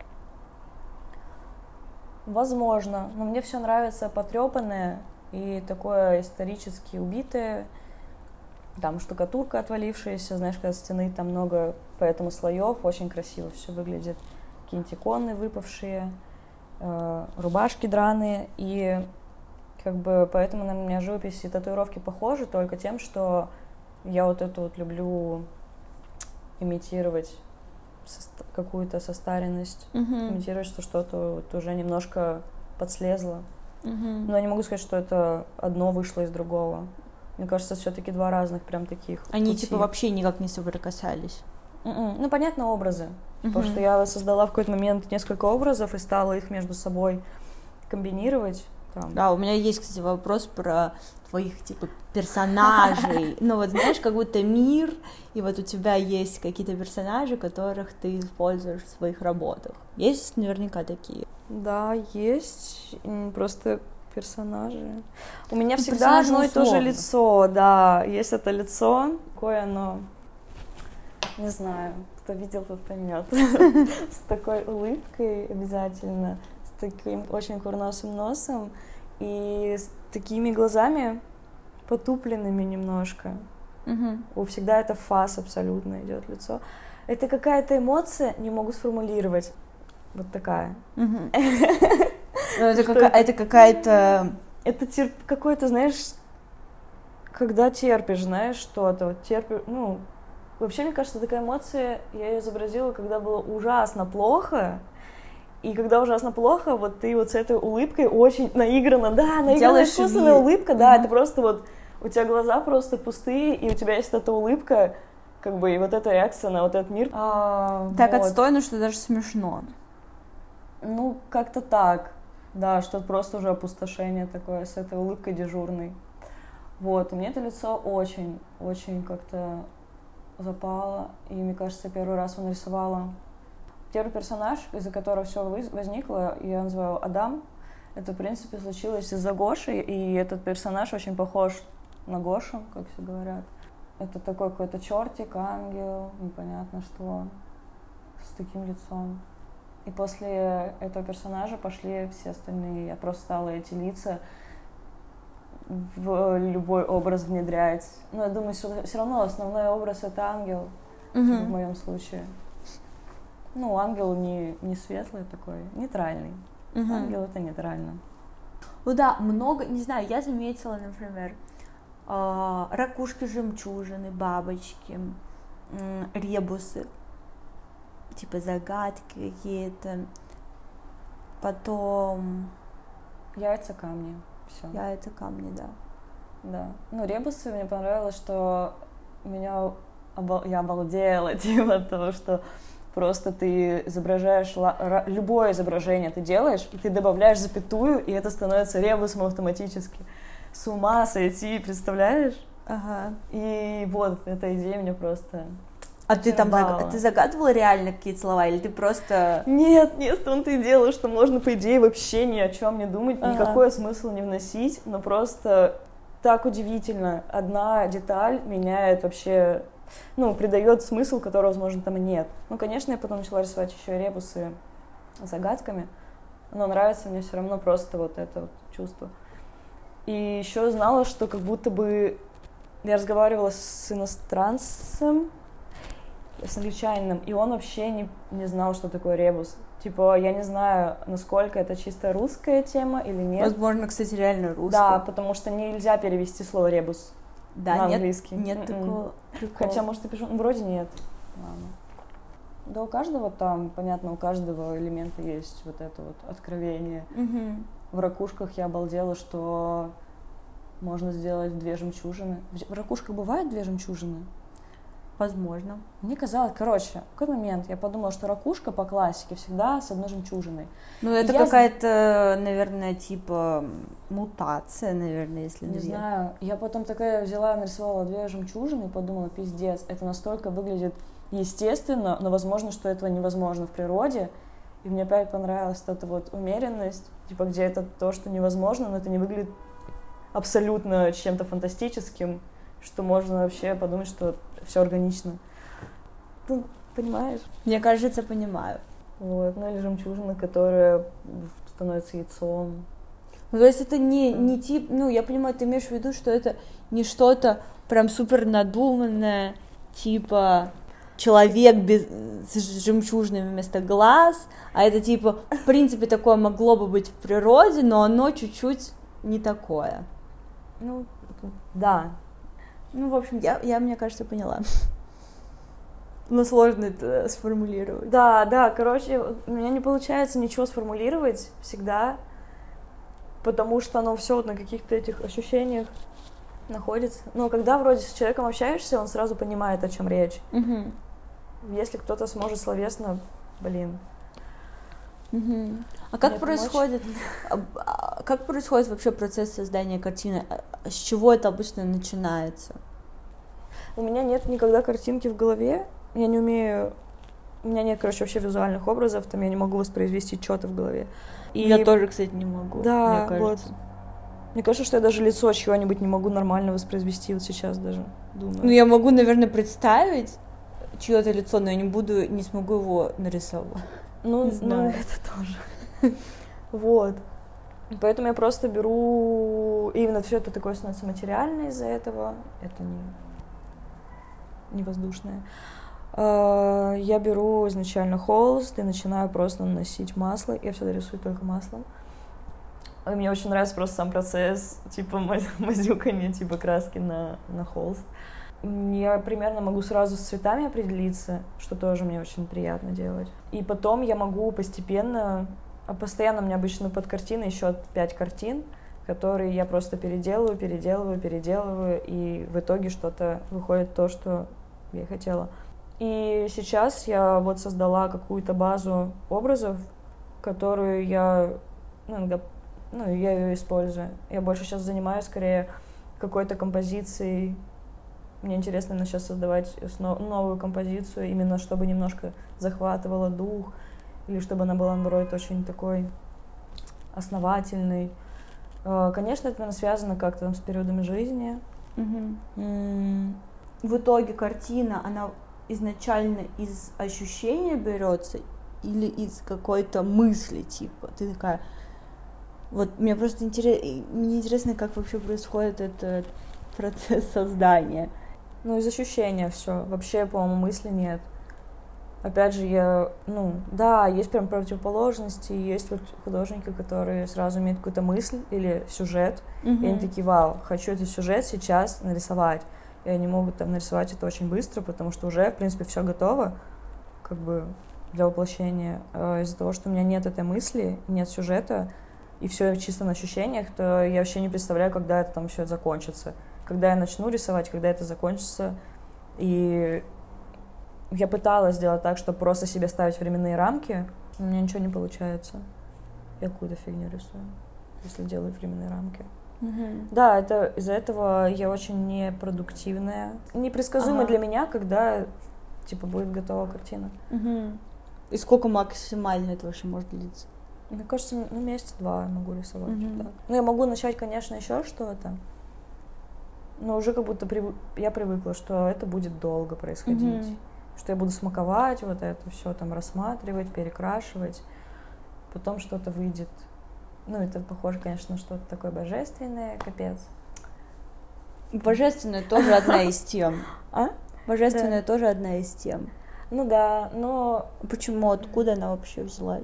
Возможно. Но мне все нравится потрепанное и такое исторически убитое. Там штукатурка отвалившаяся, знаешь, когда стены там много, поэтому слоев, очень красиво все выглядит. Какие-нибудь иконы выпавшие, э, рубашки драные, и как бы поэтому на меня живопись и татуировки похожи только тем, что я вот эту вот люблю имитировать соста- какую-то состаренность, mm-hmm. имитировать, что что-то вот уже немножко подслезло. Mm-hmm. Но я не могу сказать, что это одно вышло из другого. Мне кажется, все-таки два разных прям таких. Они пути. Типа вообще никак не соприкасались. Mm-mm. Ну, понятно, образы. Mm-hmm. Потому что я создала в какой-то момент несколько образов и стала их между собой комбинировать. Там. Да, у меня есть, кстати, вопрос про твоих, типа, персонажей. Ну, вот знаешь, как будто мир, и вот у тебя есть какие-то персонажи, которых ты используешь в своих работах. Есть наверняка такие? Да, есть. Просто... персонажи. У меня ну, всегда одно и то же лицо, да. Есть это лицо, какое оно, не знаю, кто видел, тот поймет. С такой улыбкой обязательно, с таким очень курносым носом и с такими глазами потупленными немножко. У всегда это фас абсолютно идет лицо. Это какая-то эмоция, не могу сформулировать. Вот такая. Ну, это, какая- это какая-то... Это терп... какой-то, знаешь, когда терпишь, знаешь, что-то, вот терпишь, ну, вообще, мне кажется, такая эмоция, я ее изобразила, когда было ужасно плохо, и когда ужасно плохо, вот ты вот с этой улыбкой очень наигранно, да, наигранная искусственная улыбка, mm-hmm. да, это просто вот, у тебя глаза просто пустые, и у тебя есть эта улыбка, как бы, и вот эта реакция на вот этот мир. А, так вот. Отстойно, что даже смешно. Ну, как-то так. Да, что просто уже опустошение такое с этой улыбкой дежурной. Вот, и мне это лицо очень, очень как-то запало. И, мне кажется, первый раз его нарисовала. Первый персонаж, из-за которого все возникло, я называю Адам. Это, в принципе, случилось из-за Гоши, и этот персонаж очень похож на Гошу, как все говорят. Это такой какой-то чертик, ангел, непонятно что, с таким лицом. И после этого персонажа пошли все остальные. Я просто стала эти лица в любой образ внедрять. Но я думаю, что все равно основной образ — это ангел, mm-hmm. в моем случае. Ну, ангел не, не светлый такой, нейтральный. Угу. Ангел — это нейтрально. Ну да, много, не знаю, я заметила, например, э, ракушки-жемчужины, бабочки, э, ребусы, типа загадки какие-то, потом... Яйца-камни, все. Яйца-камни, да. Да. Ну, ребусы, мне понравилось, что меня обал... я обалдела, типа того, что просто ты изображаешь, ла... любое изображение ты делаешь, и ты добавляешь запятую, и это становится ребусом автоматически. С ума сойти, представляешь? Ага. И вот, эта идея мне просто... А ты там заг... ты загадывала реально какие-то слова, или ты просто... Нет, нет, в том-то и дело, что можно, по идее, вообще ни о чем не думать, ага. никакой смысл не вносить, но просто так удивительно. Одна деталь меняет вообще, ну, придает смысл, которого, возможно, там и нет. Ну, конечно, я потом начала рисовать еще ребусы с загадками, но нравится мне все равно просто вот это вот чувство. И еще знала, что как будто бы я разговаривала с иностранцем, с англичанином, и он вообще не, не знал, что такое ребус. Типа, я не знаю, насколько это чисто русская тема или нет. Возможно, кстати, реально русская. Да, потому что нельзя перевести слово ребус да, на нет, английский. Нет Mm-mm. такого прикола. Хотя, может, я пишу... Вроде нет. Ладно. Да у каждого там, понятно, у каждого элемента есть вот это вот откровение. Mm-hmm. В ракушках я обалдела, что можно сделать две жемчужины. В ракушках бывают две жемчужины? Возможно. Мне казалось, короче, в какой момент я подумала, что ракушка по классике всегда с одной жемчужиной. Ну, это я какая-то, наверное, типа мутация, наверное, если не не знаю. Я потом такая взяла, нарисовала две жемчужины и подумала, пиздец, это настолько выглядит естественно, но возможно, что этого невозможно в природе. И мне опять понравилась эта вот умеренность, типа, где это то, что невозможно, но это не выглядит абсолютно чем-то фантастическим, что можно вообще подумать, что все органично. Ну, понимаешь? Мне кажется, понимаю. Вот, ну или жемчужина, которая становится яйцом. Ну, то есть это не, не тип, ну, я понимаю, ты имеешь в виду, что это не что-то прям супер надуманное, типа человек без, с жемчужными вместо глаз, а это типа, в принципе, такое могло бы быть в природе, но оно чуть-чуть не такое. Ну, да. Ну, в общем, я, я, мне кажется, поняла. Но сложно это сформулировать. Да, да, короче, у меня не получается ничего сформулировать всегда, потому что оно все вот на каких-то этих ощущениях находится. Но когда вроде с человеком общаешься, он сразу понимает, о чем речь. Угу. Если кто-то сможет словесно, блин. Угу. А как происходит, а, как происходит вообще процесс создания картины? С чего это обычно начинается? У меня нет никогда картинки в голове. Я не умею... У меня нет, короче, вообще визуальных образов, там я не могу воспроизвести что-то в голове. И... Я тоже, кстати, не могу. Да, мне вот. Мне кажется, что я даже лицо чего-нибудь не могу нормально воспроизвести, вот сейчас даже думаю. Ну, я могу, наверное, представить чье-то лицо, но я не буду, не смогу его нарисовать. Ну, ну это тоже. Вот. Поэтому я просто беру... И именно все это такое становится материальное из-за этого. Это не, не воздушное. Я беру изначально холст и начинаю просто наносить масло. Я всегда рисую только маслом. И мне очень нравится просто сам процесс, типа мазюкания, типа краски на, на холст. Я примерно могу сразу с цветами определиться, что тоже мне очень приятно делать. И потом я могу постепенно, а постоянно у меня обычно под картиной еще пять картин, которые я просто переделываю, переделываю, переделываю, и в итоге что-то выходит то, что я хотела. И сейчас я вот создала какую-то базу образов, которую я, ну, иногда, ну, я ее использую. Я больше сейчас занимаюсь скорее какой-то композицией. Мне интересно именно сейчас создавать новую композицию, именно чтобы немножко захватывала дух, или чтобы она была, наоборот, очень такой основательной. Конечно, это, наверное, связано как-то там с периодами жизни. Угу. Mm. В итоге картина, она изначально из ощущения берется или из какой-то мысли, типа, ты такая... Вот мне просто интересно, мне интересно, как вообще происходит этот процесс создания. Ну, из ощущения все. Вообще, по-моему, мысли нет. опять же, я, ну, да, есть прям противоположности, есть вот художники, которые сразу имеют какую-то мысль или сюжет, Mm-hmm. и они такие, вау, хочу этот сюжет сейчас нарисовать. И они могут там нарисовать это очень быстро, потому что уже, в принципе, все готово, как бы, для воплощения. А из-за того, что у меня нет этой мысли, нет сюжета, и все чисто на ощущениях, то я вообще не представляю, когда это там все закончится. Когда я начну рисовать, когда это закончится. И я пыталась сделать так, чтобы просто себе ставить временные рамки, но у меня ничего не получается. Я какую-то фигню рисую, если делаю временные рамки. Mm-hmm. Да, это из-за этого я очень непродуктивная. Непредсказуемо Ага. для меня, когда типа будет готова картина. Mm-hmm. И сколько максимально это вообще может длиться? Мне кажется, ну, месяца два я могу рисовать. Mm-hmm. Да. Ну, я могу начать, конечно, еще что-то, но уже как будто прив... я привыкла, что это будет долго происходить. Mm-hmm. Что я буду смаковать вот это все, там, рассматривать, перекрашивать, потом что-то выйдет. Ну, это похоже, конечно, на что-то такое божественное, капец. Божественная тоже одна из тем. А? Божественная тоже одна из тем. Ну да, но... Почему, откуда она вообще взялась?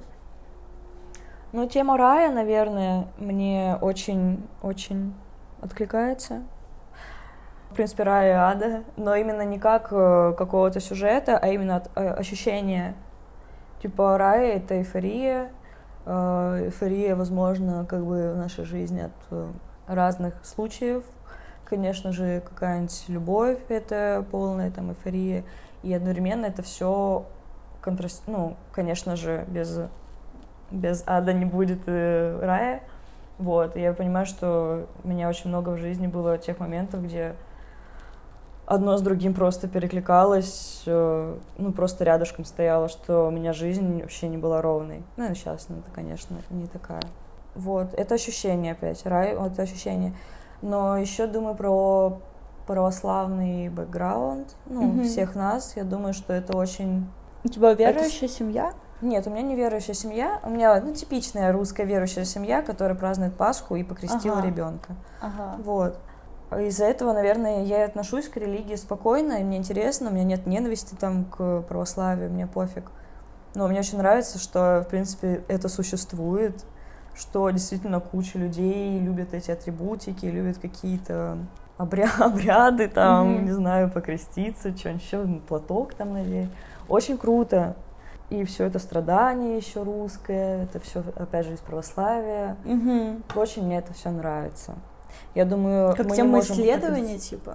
Ну, тема рая, наверное, мне очень-очень откликается. В принципе, рая и ада, но именно не как э, какого-то сюжета, а именно от, э, ощущения. Типа рай — это эйфория. Э, эйфория, возможно, как бы в нашей жизни от э, разных случаев. Конечно же, какая-нибудь любовь — это полная там эйфория. И одновременно это все контраст... Ну, конечно же, без, без ада не будет э, рая. Вот. И я понимаю, что у меня очень много в жизни было тех моментов, где одно с другим просто перекликалось, э, ну, просто рядышком стояло, что у меня жизнь вообще не была ровной. Ну, и сейчас она, конечно, не такая. Вот. Это ощущение опять. Рай — это ощущение. Но еще думаю про православный бэкграунд, ну, Mm-hmm. всех нас. Я думаю, что это очень... У тебя верующая это... семья? Нет, у меня не верующая семья. У меня, ну, типичная русская верующая семья, которая празднует Пасху и покрестила ага. ребенка. Ага. Вот. Из-за этого, наверное, я отношусь к религии спокойно, и мне интересно, у меня нет ненависти там к православию, мне пофиг. Но мне очень нравится, что, в принципе, это существует, что действительно куча людей любят эти атрибутики, любят какие-то обря- обряды, там, mm-hmm. не знаю, покреститься, что-нибудь еще, платок там надеть. Очень круто. И все это страдание еще русское, это все, опять же, из православия. Mm-hmm. Очень мне это все нравится. Я думаю, как мы тема не можем исследования, это... типа?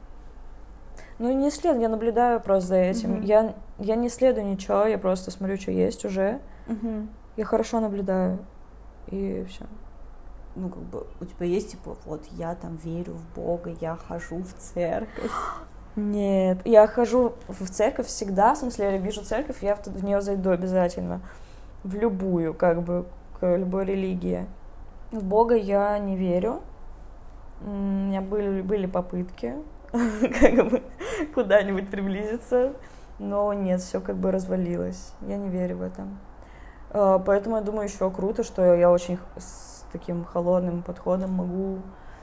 Ну, не исследую, я наблюдаю просто за этим. Mm-hmm. Я, я не исследую ничего, я просто смотрю, что есть уже. Mm-hmm. Я хорошо наблюдаю, и все. Ну, как бы, у тебя есть, типа, вот, я там верю в Бога, я хожу в церковь. Нет, я хожу в церковь всегда, в смысле, я вижу церковь, я в, в нее зайду обязательно. В любую, как бы, к любой религии. В Бога я не верю. У меня были, были попытки как бы куда-нибудь приблизиться, но нет, все как бы развалилось. Я не верю в это. Поэтому я думаю, еще круто, что я очень с таким холодным подходом могу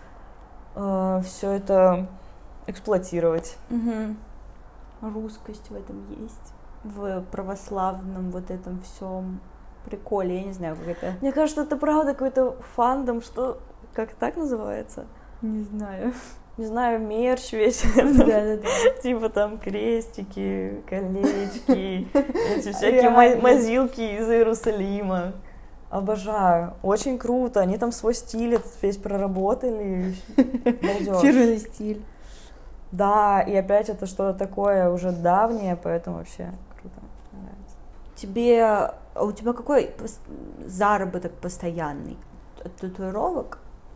все это эксплуатировать. Угу. Русскость в этом есть. В православном вот этом всем приколе, я не знаю, как это. Мне кажется, это правда какой-то фандом, что как так называется? Не знаю. Не знаю, мерч весь. Да-да-да. Типа там крестики, колечки, эти всякие мазилки из Иерусалима. Обожаю. Очень круто. Они там свой стиль весь проработали. Фирменный стиль. Да, и опять это что-то такое уже давнее, поэтому вообще круто. Нравится. Тебе, а у тебя какой заработок постоянный? От татуировок?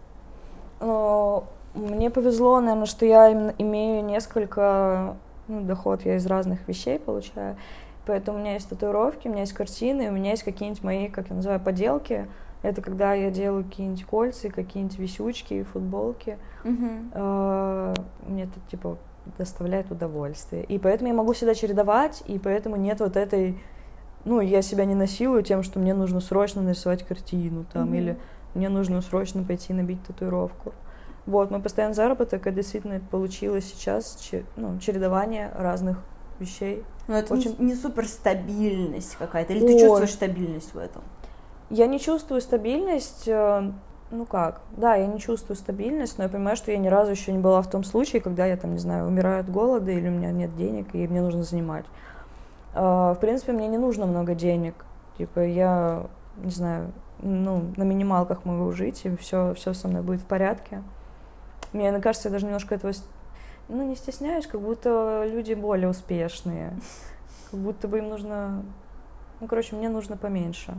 Ну, мне повезло, наверное, что я имею несколько, ну, доход я из разных вещей получаю. Поэтому у меня есть татуировки, у меня есть картины, у меня есть какие-нибудь мои, как я называю, поделки. Это когда я делаю какие-нибудь кольца, какие-нибудь висючки, футболки. Uh-huh. Мне это, типа, доставляет удовольствие. И поэтому я могу всегда чередовать, и поэтому нет вот этой... Ну, я себя не насилую тем, что мне нужно срочно нарисовать картину, там, uh-huh. или мне нужно срочно пойти набить татуировку. Вот, мой постоянный заработок, это действительно получилось сейчас, ну, чередование разных вещей. Но это очень... не, не суперстабильность какая-то, или Ой. ты чувствуешь стабильность в этом? Я не чувствую стабильность, ну как, да, я не чувствую стабильность, но я понимаю, что я ни разу еще не была в том случае, когда я там, не знаю, умираю от голода или у меня нет денег, и мне нужно занимать. В принципе, мне не нужно много денег, типа я, не знаю, ну, на минималках могу жить, и все, все со мной будет в порядке. Мне кажется, я даже немножко этого, ну, не стесняюсь, как будто люди более успешные, как будто бы им нужно, ну, короче, мне нужно поменьше.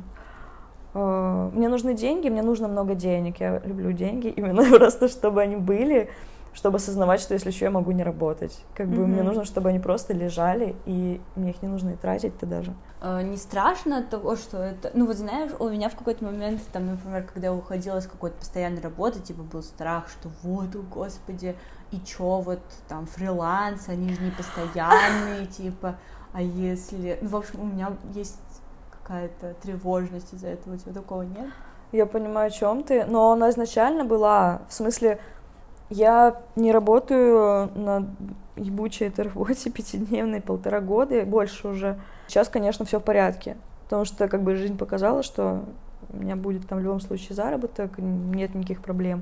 Мне нужны деньги, мне нужно много денег, я люблю деньги, именно просто, чтобы они были, чтобы осознавать, что если что, я могу не работать. Как бы mm-hmm. мне нужно, чтобы они просто лежали, и мне их не нужно и тратить-то даже. Uh, не страшно от того, что это... Ну вот знаешь, у меня в какой-то момент, там, например, когда я уходила с какой-то постоянной работы, типа был страх, что вот, о господи, и чё, вот там фриланс, они же не постоянные, типа, а если... Ну, в общем, у меня есть какая-то тревожность из-за этого, у тебя такого нет? Я понимаю, о чем ты, но она изначально была, в смысле, я не работаю на ебучей этой работе пятидневной полтора года, больше уже. Сейчас, конечно, все в порядке, потому что как бы жизнь показала, что у меня будет там в любом случае заработок, нет никаких проблем.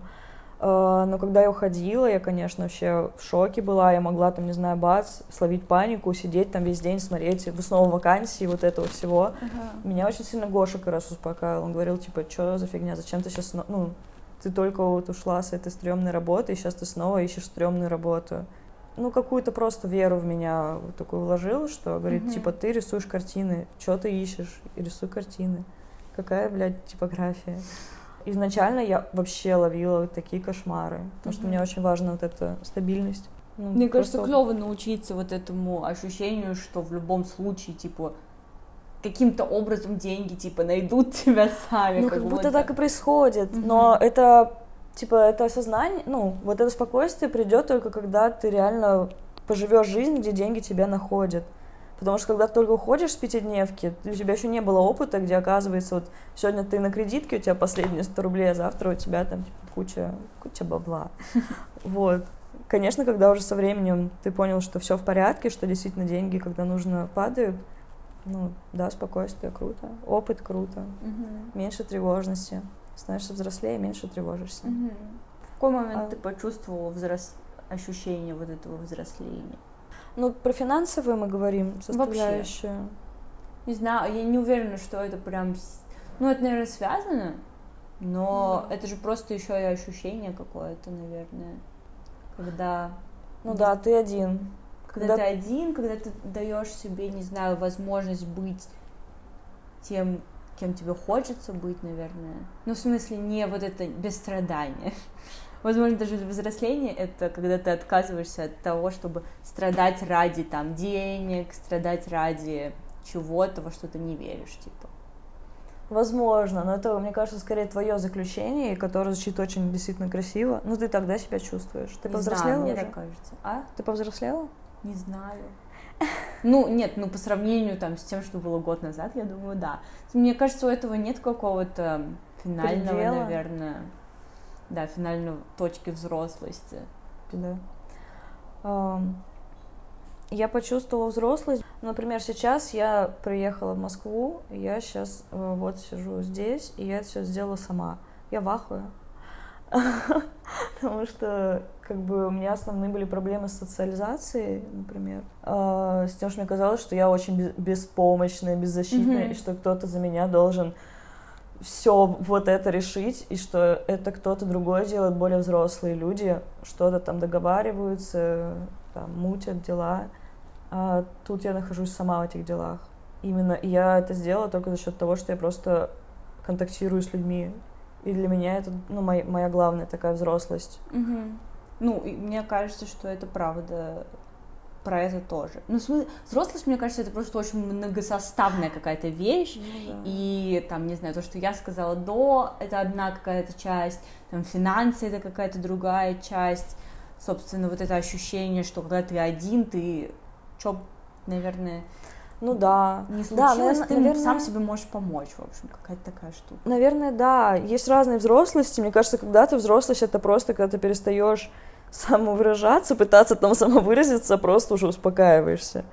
Но когда я уходила, я, конечно, вообще в шоке была, я могла там, не знаю, бац, словить панику, сидеть там весь день, смотреть в снова вакансии, вот этого всего. Uh-huh. Меня очень сильно Гоша как раз успокаивал, он говорил, типа, что за фигня, зачем ты сейчас, ну, ты только вот ушла с этой стрёмной работы, и сейчас ты снова ищешь стрёмную работу. Ну, какую-то просто веру в меня вот такую вложил, что, говорит, uh-huh. типа, ты рисуешь картины, что ты ищешь, рисуй картины. Какая, блядь, типография? Изначально я вообще ловила такие кошмары, потому uh-huh. что мне очень важна вот эта стабильность. Ну, мне кажется, просто... клево научиться вот этому ощущению, что в любом случае, типа, каким-то образом деньги, типа, найдут тебя сами. Ну, как, как будто будто так и происходит, uh-huh. но это, типа, это осознание, ну, вот это спокойствие придет только когда ты реально поживешь жизнь, где деньги тебя находят. Потому что когда ты только уходишь с пятидневки, у тебя еще не было опыта, где, оказывается, вот сегодня ты на кредитке, у тебя последние сто рублей, а завтра у тебя там типа, куча, куча бабла. Вот. Конечно, когда уже со временем ты понял, что все в порядке, что действительно деньги, когда нужно, падают, ну, да, спокойствие круто, опыт круто, угу. меньше тревожности, становишься взрослее, меньше тревожишься. Угу. В какой момент а... ты почувствовала взрос... ощущение вот этого взросления? Ну, про финансовые мы говорим, составляющую. Вообще. Не знаю, я не уверена, что это прям... Ну, это, наверное, связано, но mm. это же просто еще и ощущение какое-то, наверное, когда... Ну да, ты один. Когда, когда ты один, когда ты даешь себе, не знаю, возможность быть тем, кем тебе хочется быть, наверное. Ну, в смысле, не вот это без страдания. Возможно, даже взросление — это когда ты отказываешься от того, чтобы страдать ради там денег, страдать ради чего-то, во что ты не веришь, типа. Возможно, но это, мне кажется, скорее твое заключение, которое звучит очень действительно красиво. Ну, ты тогда себя чувствуешь. Ты не повзрослела знаю, мне уже? так кажется. А? Ты повзрослела? Не знаю. Ну, нет, ну, по сравнению там с тем, что было год назад, я думаю, да. Мне кажется, у этого нет какого-то финального, предела. Наверное... Да, финальной точки взрослости. Да. Um, я почувствовала взрослость. Например, сейчас я приехала в Москву, и я сейчас uh, вот сижу здесь, и я это все сделала сама. Я в ахуе. Потому что как бы у меня основные были проблемы с социализацией, например. Uh, с тем, что мне казалось, что я очень беспомощная, беззащитная, mm-hmm. и что кто-то за меня должен все вот это решить, и что это кто-то другой делает, более взрослые люди, что-то там договариваются, там, мутят дела, а тут я нахожусь сама в этих делах. Именно, и я это сделала только за счет того, что я просто контактирую с людьми, и для меня это, ну, моя, моя главная такая взрослость. Угу. Ну, и мне кажется, что это правда про это тоже. Ну, взрослость, мне кажется, это просто очень многосоставная какая-то вещь, ну, да. И там, не знаю, то, что я сказала до, это одна какая-то часть, там, финансы — это какая-то другая часть, собственно, вот это ощущение, что когда ты один, ты, чё, наверное, ну да, не случилось, да, наверное, ты наверное... сам себе можешь помочь, в общем, какая-то такая штука. Наверное, да, есть разные взрослости, мне кажется, когда-то взрослость — это просто, когда ты перестаешь самовыражаться, пытаться там самовыразиться, просто уже успокаиваешься.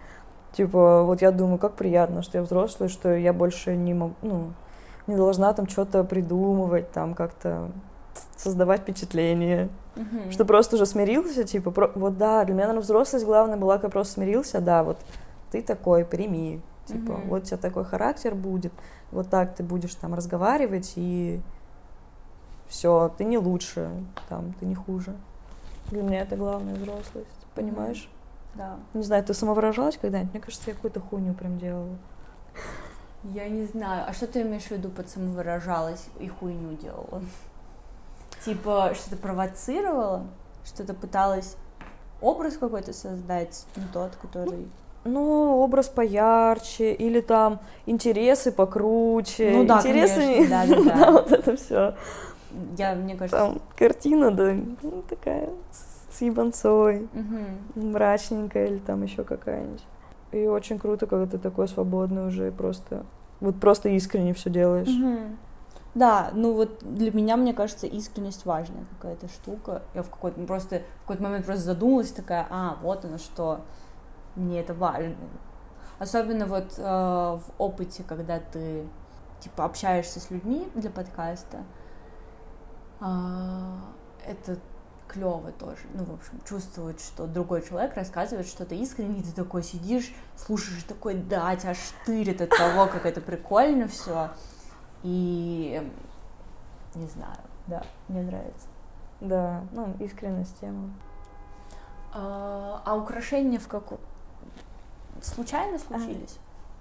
Типа, вот я думаю, как приятно, что я взрослая, что я больше не могу, ну, не должна там что-то придумывать, там как-то создавать впечатление. Мгм. Что просто уже смирился, типа, про- вот да, для меня, наверное, взрослость главное была, когда просто смирился, да, вот ты такой, прими, типа, Мгм. вот у тебя такой характер будет, вот так ты будешь там разговаривать, и все, ты не лучше, там, ты не хуже. Для меня это главная взрослость, понимаешь? Да. Не знаю, ты самовыражалась когда-нибудь? Мне кажется, я какую-то хуйню прям делала. Я не знаю. А что ты имеешь в виду под самовыражалась и хуйню делала? Типа, что-то провоцировала? Что-то пыталась образ какой-то создать, не тот, который... Ну, образ поярче, или там интересы покруче. Ну да, интересы конечно, не- да-да-да. да, вот это все. Я, мне кажется... Там картина, да, ну, такая с с ебанцой, Мгм. мрачненькая или там еще какая-нибудь. И очень круто, когда ты такой свободный уже и просто вот просто искренне все делаешь. Мгм. Да, ну вот для меня, мне кажется, искренность важная какая-то штука. Я в какой-то просто в какой-то момент просто задумалась такая, а, вот оно что, мне это важно. Особенно вот э, в опыте, когда ты типа общаешься с людьми для подкаста, а, это клево тоже. Ну, в общем, чувствовать, что другой человек рассказывает что-то искренне, и ты такой сидишь, слушаешь, такой, да, тебя штырит от того, как это прикольно все. И не знаю, да, мне нравится. Да, ну, искренность тема. А, а украшения в каком... Случайно случились?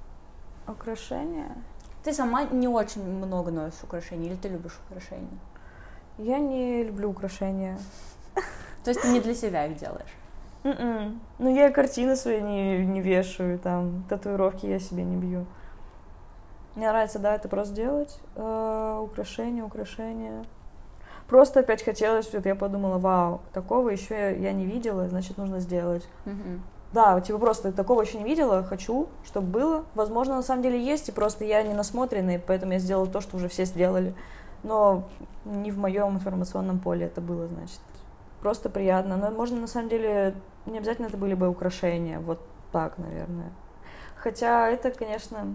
Украшения? Ты сама не очень много носишь украшений, или ты любишь украшения? Я не люблю украшения. То есть ты не для себя их делаешь? М-м. Ну, я картины свои не, не вешаю, там, татуировки я себе не бью. Мне нравится, да, это просто делать. Э, украшения, украшения. Просто опять хотелось, вот я подумала, вау, такого еще я, я не видела, значит, нужно сделать. Мгм. Да, типа просто такого еще не видела, хочу, чтобы было. Возможно, на самом деле есть, и просто я не насмотренный, поэтому я сделала то, что уже все сделали. Но не в моем информационном поле это было, значит. Просто приятно. Но можно, на самом деле, не обязательно это были бы украшения. Вот так, наверное. Хотя это, конечно...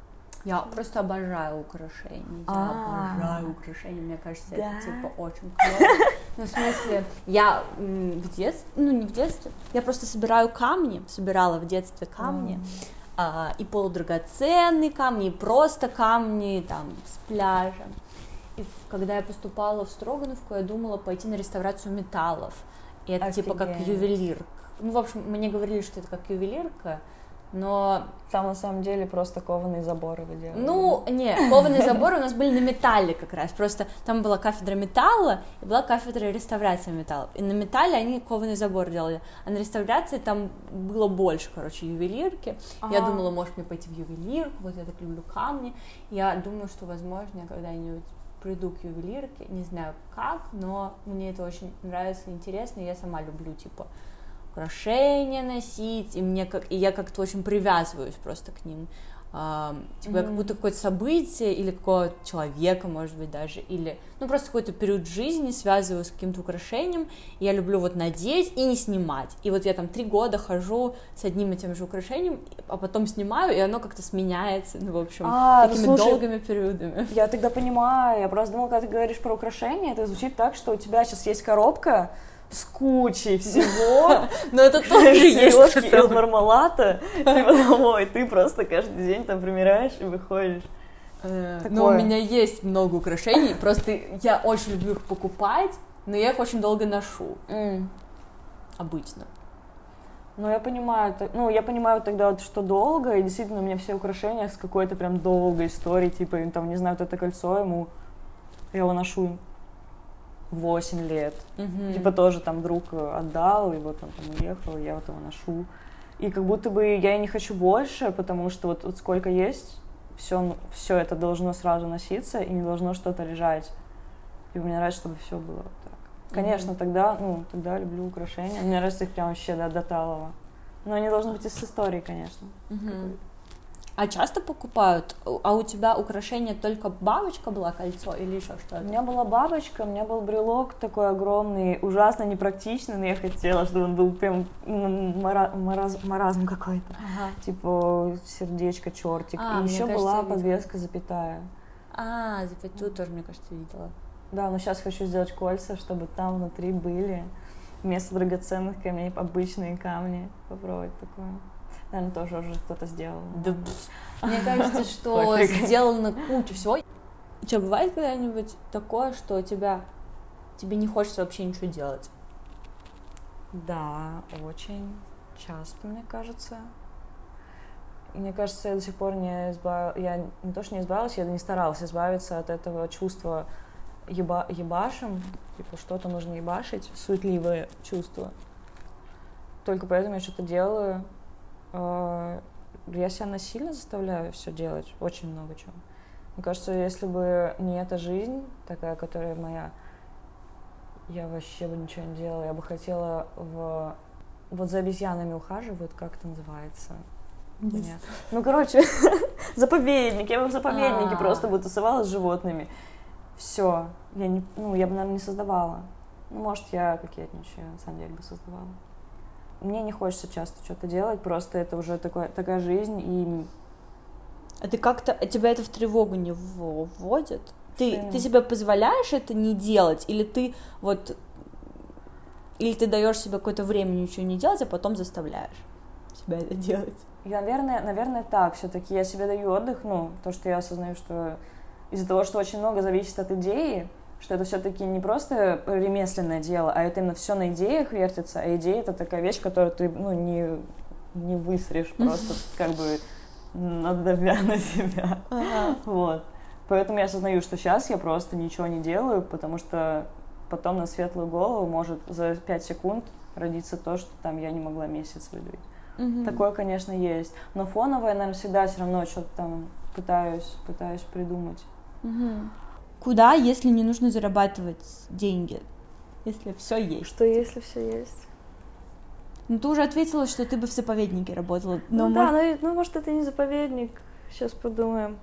Я просто обожаю украшения. Я А. обожаю украшения. Мне кажется, Да? это типа очень клево. Ну, в смысле, я м, в детстве, ну не в детстве, я просто собираю камни, собирала в детстве камни, а, и полудрагоценные камни, и просто камни там с пляжа. И когда я поступала в Строгановку, я думала пойти на реставрацию металлов. И это типа как Офигеть. ювелир. Ну, в общем, мне говорили, что это как ювелирка, но Там на самом деле просто кованые заборы вы делали. ну, не, кованые заборы у нас были на металле как раз, просто там была кафедра металла и была кафедра реставрации металлов, и на металле они кованый забор делали, а на реставрации там было больше, короче, ювелирки. Я Ага. думала, может мне пойти в ювелирку, вот я так люблю камни, я думаю, что, возможно, я когда-нибудь приду к ювелирке, не знаю как, но мне это очень нравится и интересно, и я сама люблю, типа, украшения носить, и мне как, и я как-то очень привязываюсь просто к ним. А, типа, я как будто какое-то событие или какого-то человека, может быть, даже, или, ну, просто какой-то период жизни связываю с каким-то украшением, и я люблю вот надеть и не снимать. И вот я там три года хожу с одним и тем же украшением, а потом снимаю, и оно как-то сменяется, ну, в общем, А, ну, такими слушай, долгими периодами. Я тогда понимаю, я просто думала, когда ты говоришь про украшения, это звучит так, что у тебя сейчас есть коробка с кучей всего, Но это тоже есть. сережки на из самом мармелада, типа домой, ты просто каждый день там примеряешь и выходишь. Э, Такое. Ну, у меня есть много украшений, просто я очень люблю их покупать, но я их очень долго ношу, обычно. Ну, я понимаю, т- ну, я понимаю тогда, вот, что долго, и действительно у меня все украшения с какой-то прям долгой историей, типа, там, не знаю, вот это кольцо ему, я его ношу восемь лет. Мгм. Типа тоже там друг отдал, и вот он там уехал, и я вот его ношу. И как будто бы я и не хочу больше, потому что вот, вот сколько есть, все, все это должно сразу носиться, и не должно что-то лежать. И мне нравится, чтобы все было вот так. Конечно, Мгм. тогда, ну, тогда люблю украшения. Мне нравится их прям вообще до, до талого. Но они должны быть из истории, конечно. Мгм. А часто покупают? А у тебя украшение только бабочка была, кольцо или еще что-то? У меня была бабочка, у меня был брелок такой огромный, ужасно непрактичный, но я хотела, чтобы он был прям мара- мараз- маразм какой-то. Ага. Типа сердечко, чертик. А, и мне еще кажется, была я видела. подвеска запятая. А, запятую тоже, мне кажется, видела. Да, но сейчас хочу сделать кольца, чтобы там внутри были вместо драгоценных камней обычные камни. Попробовать такое. Наверное, тоже уже кто-то сделал. Да, мне кажется, что сделано куча всего. У тебя бывает когда-нибудь такое, что тебя тебе не хочется вообще ничего делать? Да, очень часто, мне кажется. Мне кажется, я до сих пор не избавилась, я не то, что не избавилась, я не старалась избавиться от этого чувства еба... ебашим, типа что-то нужно ебашить, суетливое чувство. Только поэтому я что-то делаю. Я себя насильно заставляю все делать, очень много чего. Мне кажется, если бы не эта жизнь, такая, которая моя, я вообще бы ничего не делала. Я бы хотела в... Вот за обезьянами ухаживают, как это называется? Нет. Ну, короче, заповедник. Я бы в заповеднике А-а-а. просто бы тусовалась с животными. Все. Я не, ну, я бы, наверное, не создавала. Ну, может, я кокетничаю, на самом деле, бы создавала. Мне не хочется часто что-то делать, просто это уже такое, такая жизнь, и... А ты как-то... А тебя это в тревогу не вводит? Ты, Что? ты себе позволяешь это не делать? Или ты вот... Или ты даешь себе какое-то время ничего не делать, а потом заставляешь себя это делать? Я, наверное, наверное, так все-таки. Я себе даю отдых, ну, то, что я осознаю, что из-за того, что очень много зависит от идеи, что это все-таки не просто ремесленное дело, а это именно все на идеях вертится, а идея — это такая вещь, которую ты, ну, не, не высрешь просто, как бы надавя на себя. Ага. Вот. Поэтому я осознаю, что сейчас я просто ничего не делаю, потому что потом на светлую голову может за пять секунд родиться то, что там я не могла месяц выдавить. Угу. Такое, конечно, есть. Но фоновое, наверное, всегда все равно что-то там пытаюсь, пытаюсь придумать. Угу. Куда, если не нужно зарабатывать деньги? Если все есть. Что если все есть? Ну, ты уже ответила, что ты бы в заповеднике работала. Но Ну может... да, ну, ну может это не заповедник. Сейчас подумаем.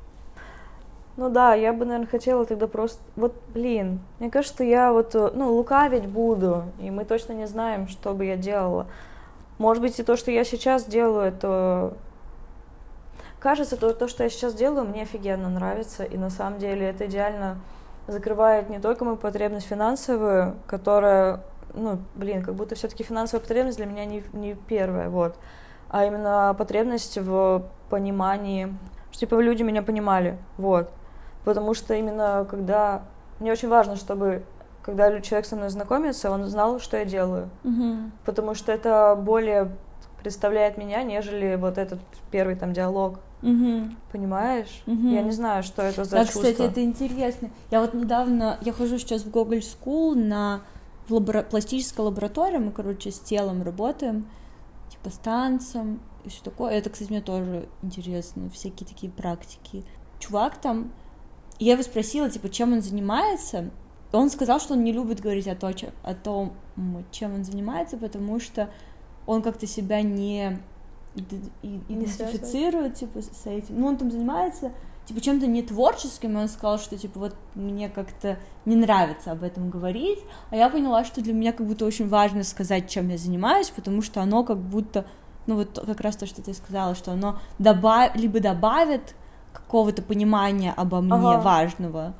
Ну да, я бы, наверное, хотела тогда просто... Вот, блин, мне кажется, что я вот, ну, лукавить буду, и мы точно не знаем, что бы я делала. Может быть, и то, что я сейчас делаю, это... Кажется, то, то, что я сейчас делаю, мне офигенно нравится, и на самом деле это идеально закрывает не только мою потребность финансовую, которая, ну, блин, как будто все-таки финансовая потребность для меня не, не первая, вот, а именно потребность в понимании, что, типа, люди меня понимали, вот, потому что именно когда... Мне очень важно, чтобы, когда человек со мной знакомится, он знал, что я делаю, Угу. потому что это более представляет меня, нежели вот этот первый там диалог. Угу. Понимаешь? Угу. Я не знаю, что это за да, чувство. кстати, это интересно. Я вот недавно, я хожу сейчас в Google School на в лабора... пластической лаборатории, мы, короче, с телом работаем, типа с танцем и все такое. Это, кстати, мне тоже интересно, всякие такие практики. Чувак там, я его спросила, типа, чем он занимается, и он сказал, что он не любит говорить о, то, о том, чем он занимается, потому что он как-то себя не... идентифицирует, типа, с этим. Ну, он там занимается, типа, чем-то не творческим, и он сказал, что, типа, вот мне как-то не нравится об этом говорить, а я поняла, что для меня как будто очень важно сказать, чем я занимаюсь, потому что оно как будто, ну, вот как раз то, что ты сказала, что оно добав... либо добавит какого-то понимания обо мне ага. важного,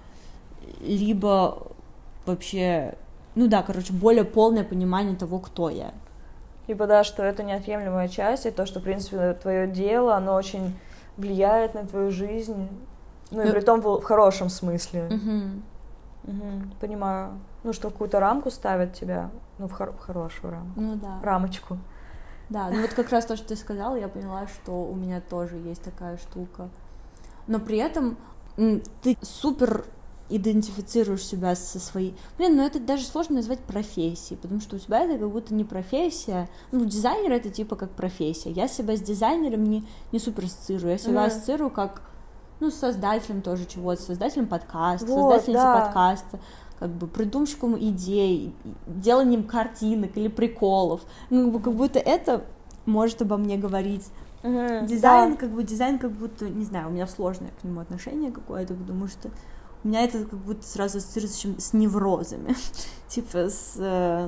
либо вообще, ну да, короче, более полное понимание того, кто я. Либо да, что это неотъемлемая часть, и то, что, в принципе, твое дело, оно очень влияет на твою жизнь, ну, и ну, при том в, в хорошем смысле. Угу. Угу, понимаю. Ну, что какую-то рамку ставят тебя, ну, в, хор- в хорошую рамку. Ну, да. Рамочку. Да, ну вот как раз то, что ты сказала, я поняла, что у меня тоже есть такая штука. Но при этом ты супер идентифицируешь себя со своей... Блин, ну это даже сложно назвать профессией, потому что у тебя это как будто не профессия. Ну, дизайнер — это типа как профессия. Я себя с дизайнером не, не супер ассоциирую. Я себя mm. ассоциирую как, ну, с создателем тоже чего-то, создателем подкаста, вот, создательницей да. подкаста, как бы придумщиком идей, деланием картинок или приколов. Ну, как будто это может обо мне говорить. Mm-hmm. Дизайн, да. как бы, дизайн как будто, не знаю, у меня сложное к нему отношение какое-то, потому что у меня это как будто сразу ассоциируется с неврозами, типа с э,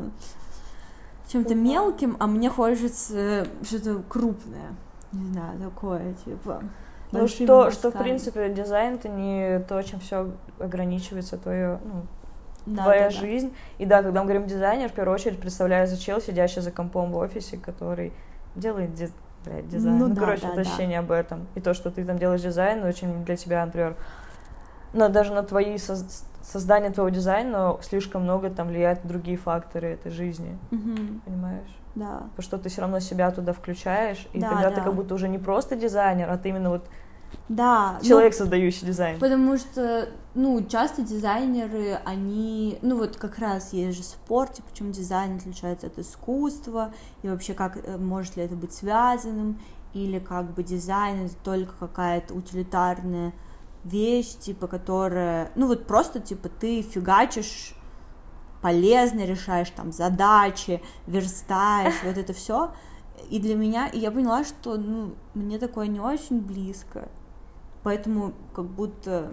чем-то mm-hmm. мелким, а мне хочется что-то крупное, не знаю, такое, типа... Ну, что, что, в принципе, дизайн — это не то, чем все ограничивается, твое, ну, да, твоя да, жизнь. Да. И да, когда мы говорим дизайнер, в первую очередь представляется чел, сидящий за компом в офисе, который делает диз... Блядь, дизайн. Ну, ну да, короче, да, это ощущение да. об этом. И то, что ты там делаешь дизайн, очень для тебя, например, ну, даже на твои соз... создание твоего дизайна слишком много там влияют другие факторы этой жизни. Угу. Понимаешь? Да. Потому что ты все равно себя туда включаешь, и да, тогда да. ты как будто уже не просто дизайнер, а ты именно вот да, человек, ну, создающий дизайн. Потому что, ну, часто дизайнеры, они, ну, вот как раз есть же спор, типа, почему дизайн отличается от искусства, и вообще, как, может ли это быть связанным, или как бы дизайн — это только какая-то утилитарная вещь, типа, которая, ну, вот просто, типа, ты фигачишь полезно, решаешь там задачи, верстаешь, вот это все. И для меня, и я поняла, что, ну, мне такое не очень близко. Поэтому как будто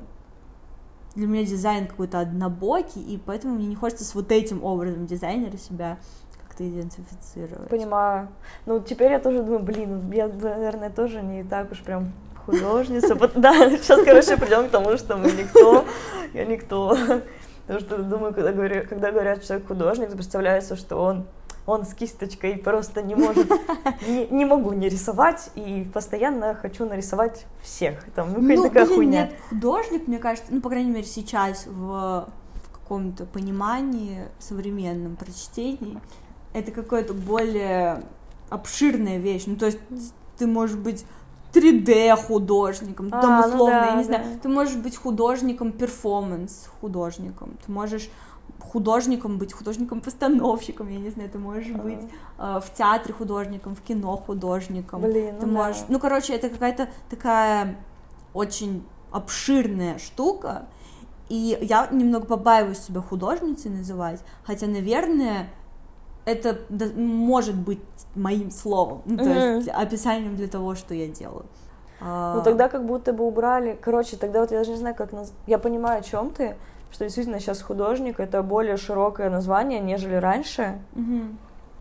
для меня дизайн какой-то однобокий, и поэтому мне не хочется с вот этим образом дизайнера себя как-то идентифицировать. Понимаю. Ну, теперь я тоже думаю, блин, я, наверное, тоже не так уж прям художница. Да, сейчас, короче, придем к тому, что мы никто, я никто. Потому что, думаю, когда говорят, когда говорят, что человек художник, то представляется, что он он с кисточкой просто не может, не, не могу не рисовать, и постоянно хочу нарисовать всех. Там, ну, ну такая блин, хуйня. Нет, художник, мне кажется, ну, по крайней мере, сейчас в, в каком-то понимании современном прочтении, это какая-то более обширная вещь. Ну, то есть ты можешь быть три дэ художником, а, там условно, ну да, я не да. знаю, ты можешь быть художником перформанс художником, ты можешь художником быть, художником-постановщиком, я не знаю, ты можешь uh-huh. быть э, в театре художником, в кино художником. Блин, ты ну можешь, да. ну, короче, это какая-то такая очень обширная штука, и я немного побаиваюсь себя художницей называть, хотя, наверное, это может быть моим словом, ну, то uh-huh. есть описанием для того, что я делаю. Ну, тогда как будто бы убрали, короче, тогда вот я даже не знаю, как назвать, я понимаю, о чем ты, что действительно сейчас художник — это более широкое название, нежели раньше. Mm-hmm.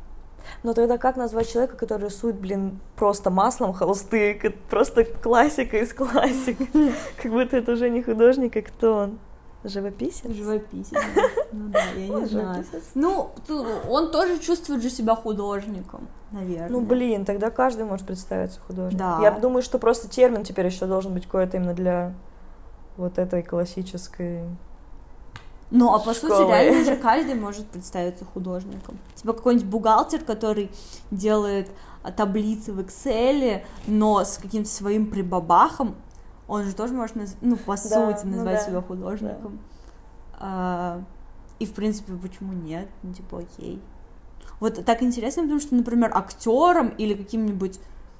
Но тогда как назвать человека, который рисует, блин, просто маслом холсты, просто классика из классик? Как будто это уже не художник, а кто он? Живописец? Живописец, ну да, я не знаю. Ну, он тоже чувствует же себя художником, наверное. Ну, блин, тогда каждый может представиться художником. Я думаю, что просто термин теперь еще должен быть какой-то именно для вот этой классической... Ну, а по сути, реально же каждый может представиться художником. Типа какой-нибудь бухгалтер, который делает таблицы в Excel, но с каким-то своим прибабахом, он же тоже может, наз... ну, по да, сути, назвать ну да. себя художником. Да. А, и, в принципе, почему нет? Ну, типа, окей. Вот так интересно, потому что, например, актером или каким-нибудь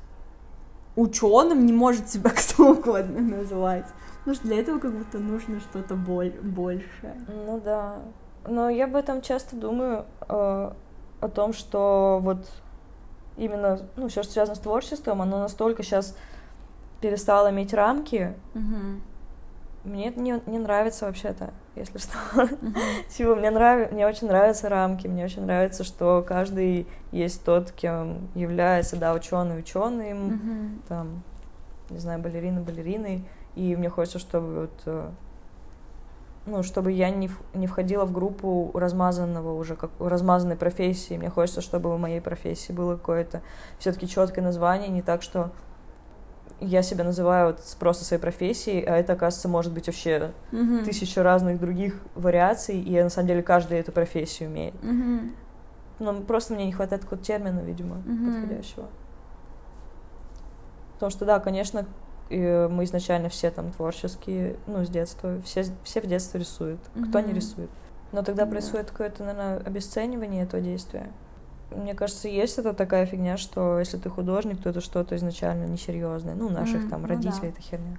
ученым не может себя кто угодно назвать. Потому что для этого как будто нужно что-то боль- большее. Ну да. Но я об этом часто думаю, э, о том, что вот именно, ну, все, что связано с творчеством, оно настолько сейчас перестало иметь рамки. Uh-huh. Мне это не, не нравится вообще-то, если что. Uh-huh. Типа, мне, нрав... мне очень нравятся рамки, мне очень нравится, что каждый есть тот, кем является, да, ученый ученым, uh-huh. там, не знаю, балерина балериной. И мне хочется, чтобы вот, ну, чтобы я не, не входила в группу размазанного уже, как размазанной профессии. Мне хочется, чтобы у моей профессии было какое-то все-таки четкое название, не так, что я себя называю вот просто своей профессией, а это, оказывается, может быть вообще mm-hmm. тысяча разных других вариаций, и на самом деле каждый эту профессию имеет. Mm-hmm. Но просто мне не хватает какого-то термина, видимо, mm-hmm. подходящего. Потому что, да, конечно, мы изначально все там творческие, ну, с детства, все, все в детстве рисуют, mm-hmm. кто не рисует. Но тогда mm-hmm. происходит какое-то, наверное, обесценивание этого действия. Мне кажется, есть это такая фигня, что если ты художник, то это что-то изначально несерьезное. Ну, наших mm-hmm. там родителей ну, да. это херня.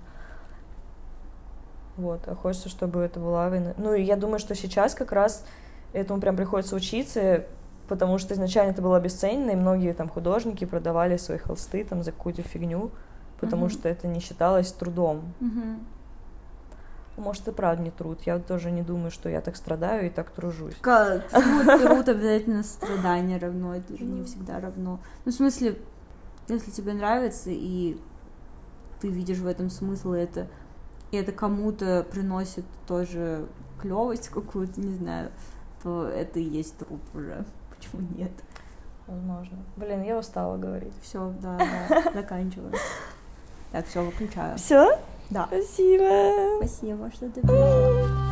Вот, а хочется, чтобы это была... Ну, и я думаю, что сейчас как раз этому прям приходится учиться, потому что изначально это было обесценено, и многие там художники продавали свои холсты там за какую-то фигню, потому mm-hmm. что это не считалось трудом. Mm-hmm. Может, это правда не труд. Я тоже не думаю, что я так страдаю и так тружусь. Как? Труд, труд обязательно страдание равно, это же не всегда равно. Ну, в смысле, если тебе нравится, и ты видишь в этом смысл, и это, и это кому-то приносит тоже клёвость какую-то, не знаю, то это и есть труд уже. Почему нет? Возможно. Блин, я устала говорить. Все, да, да, заканчиваю. Так, все, выключаю. Все? Да. Спасибо. Спасибо, что ты пришла.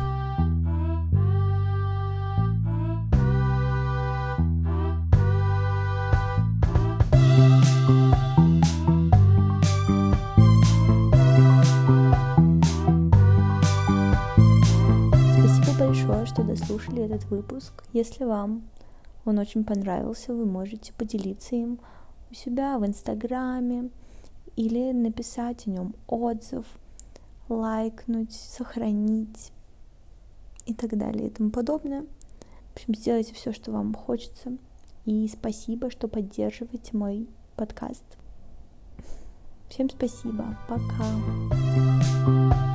Спасибо большое, что дослушали этот выпуск. Если вам он очень понравился, вы можете поделиться им у себя в Инстаграме или написать о нем отзыв, лайкнуть, сохранить и так далее и тому подобное. В общем, сделайте все, что вам хочется. И спасибо, что поддерживаете мой подкаст. Всем спасибо. Пока.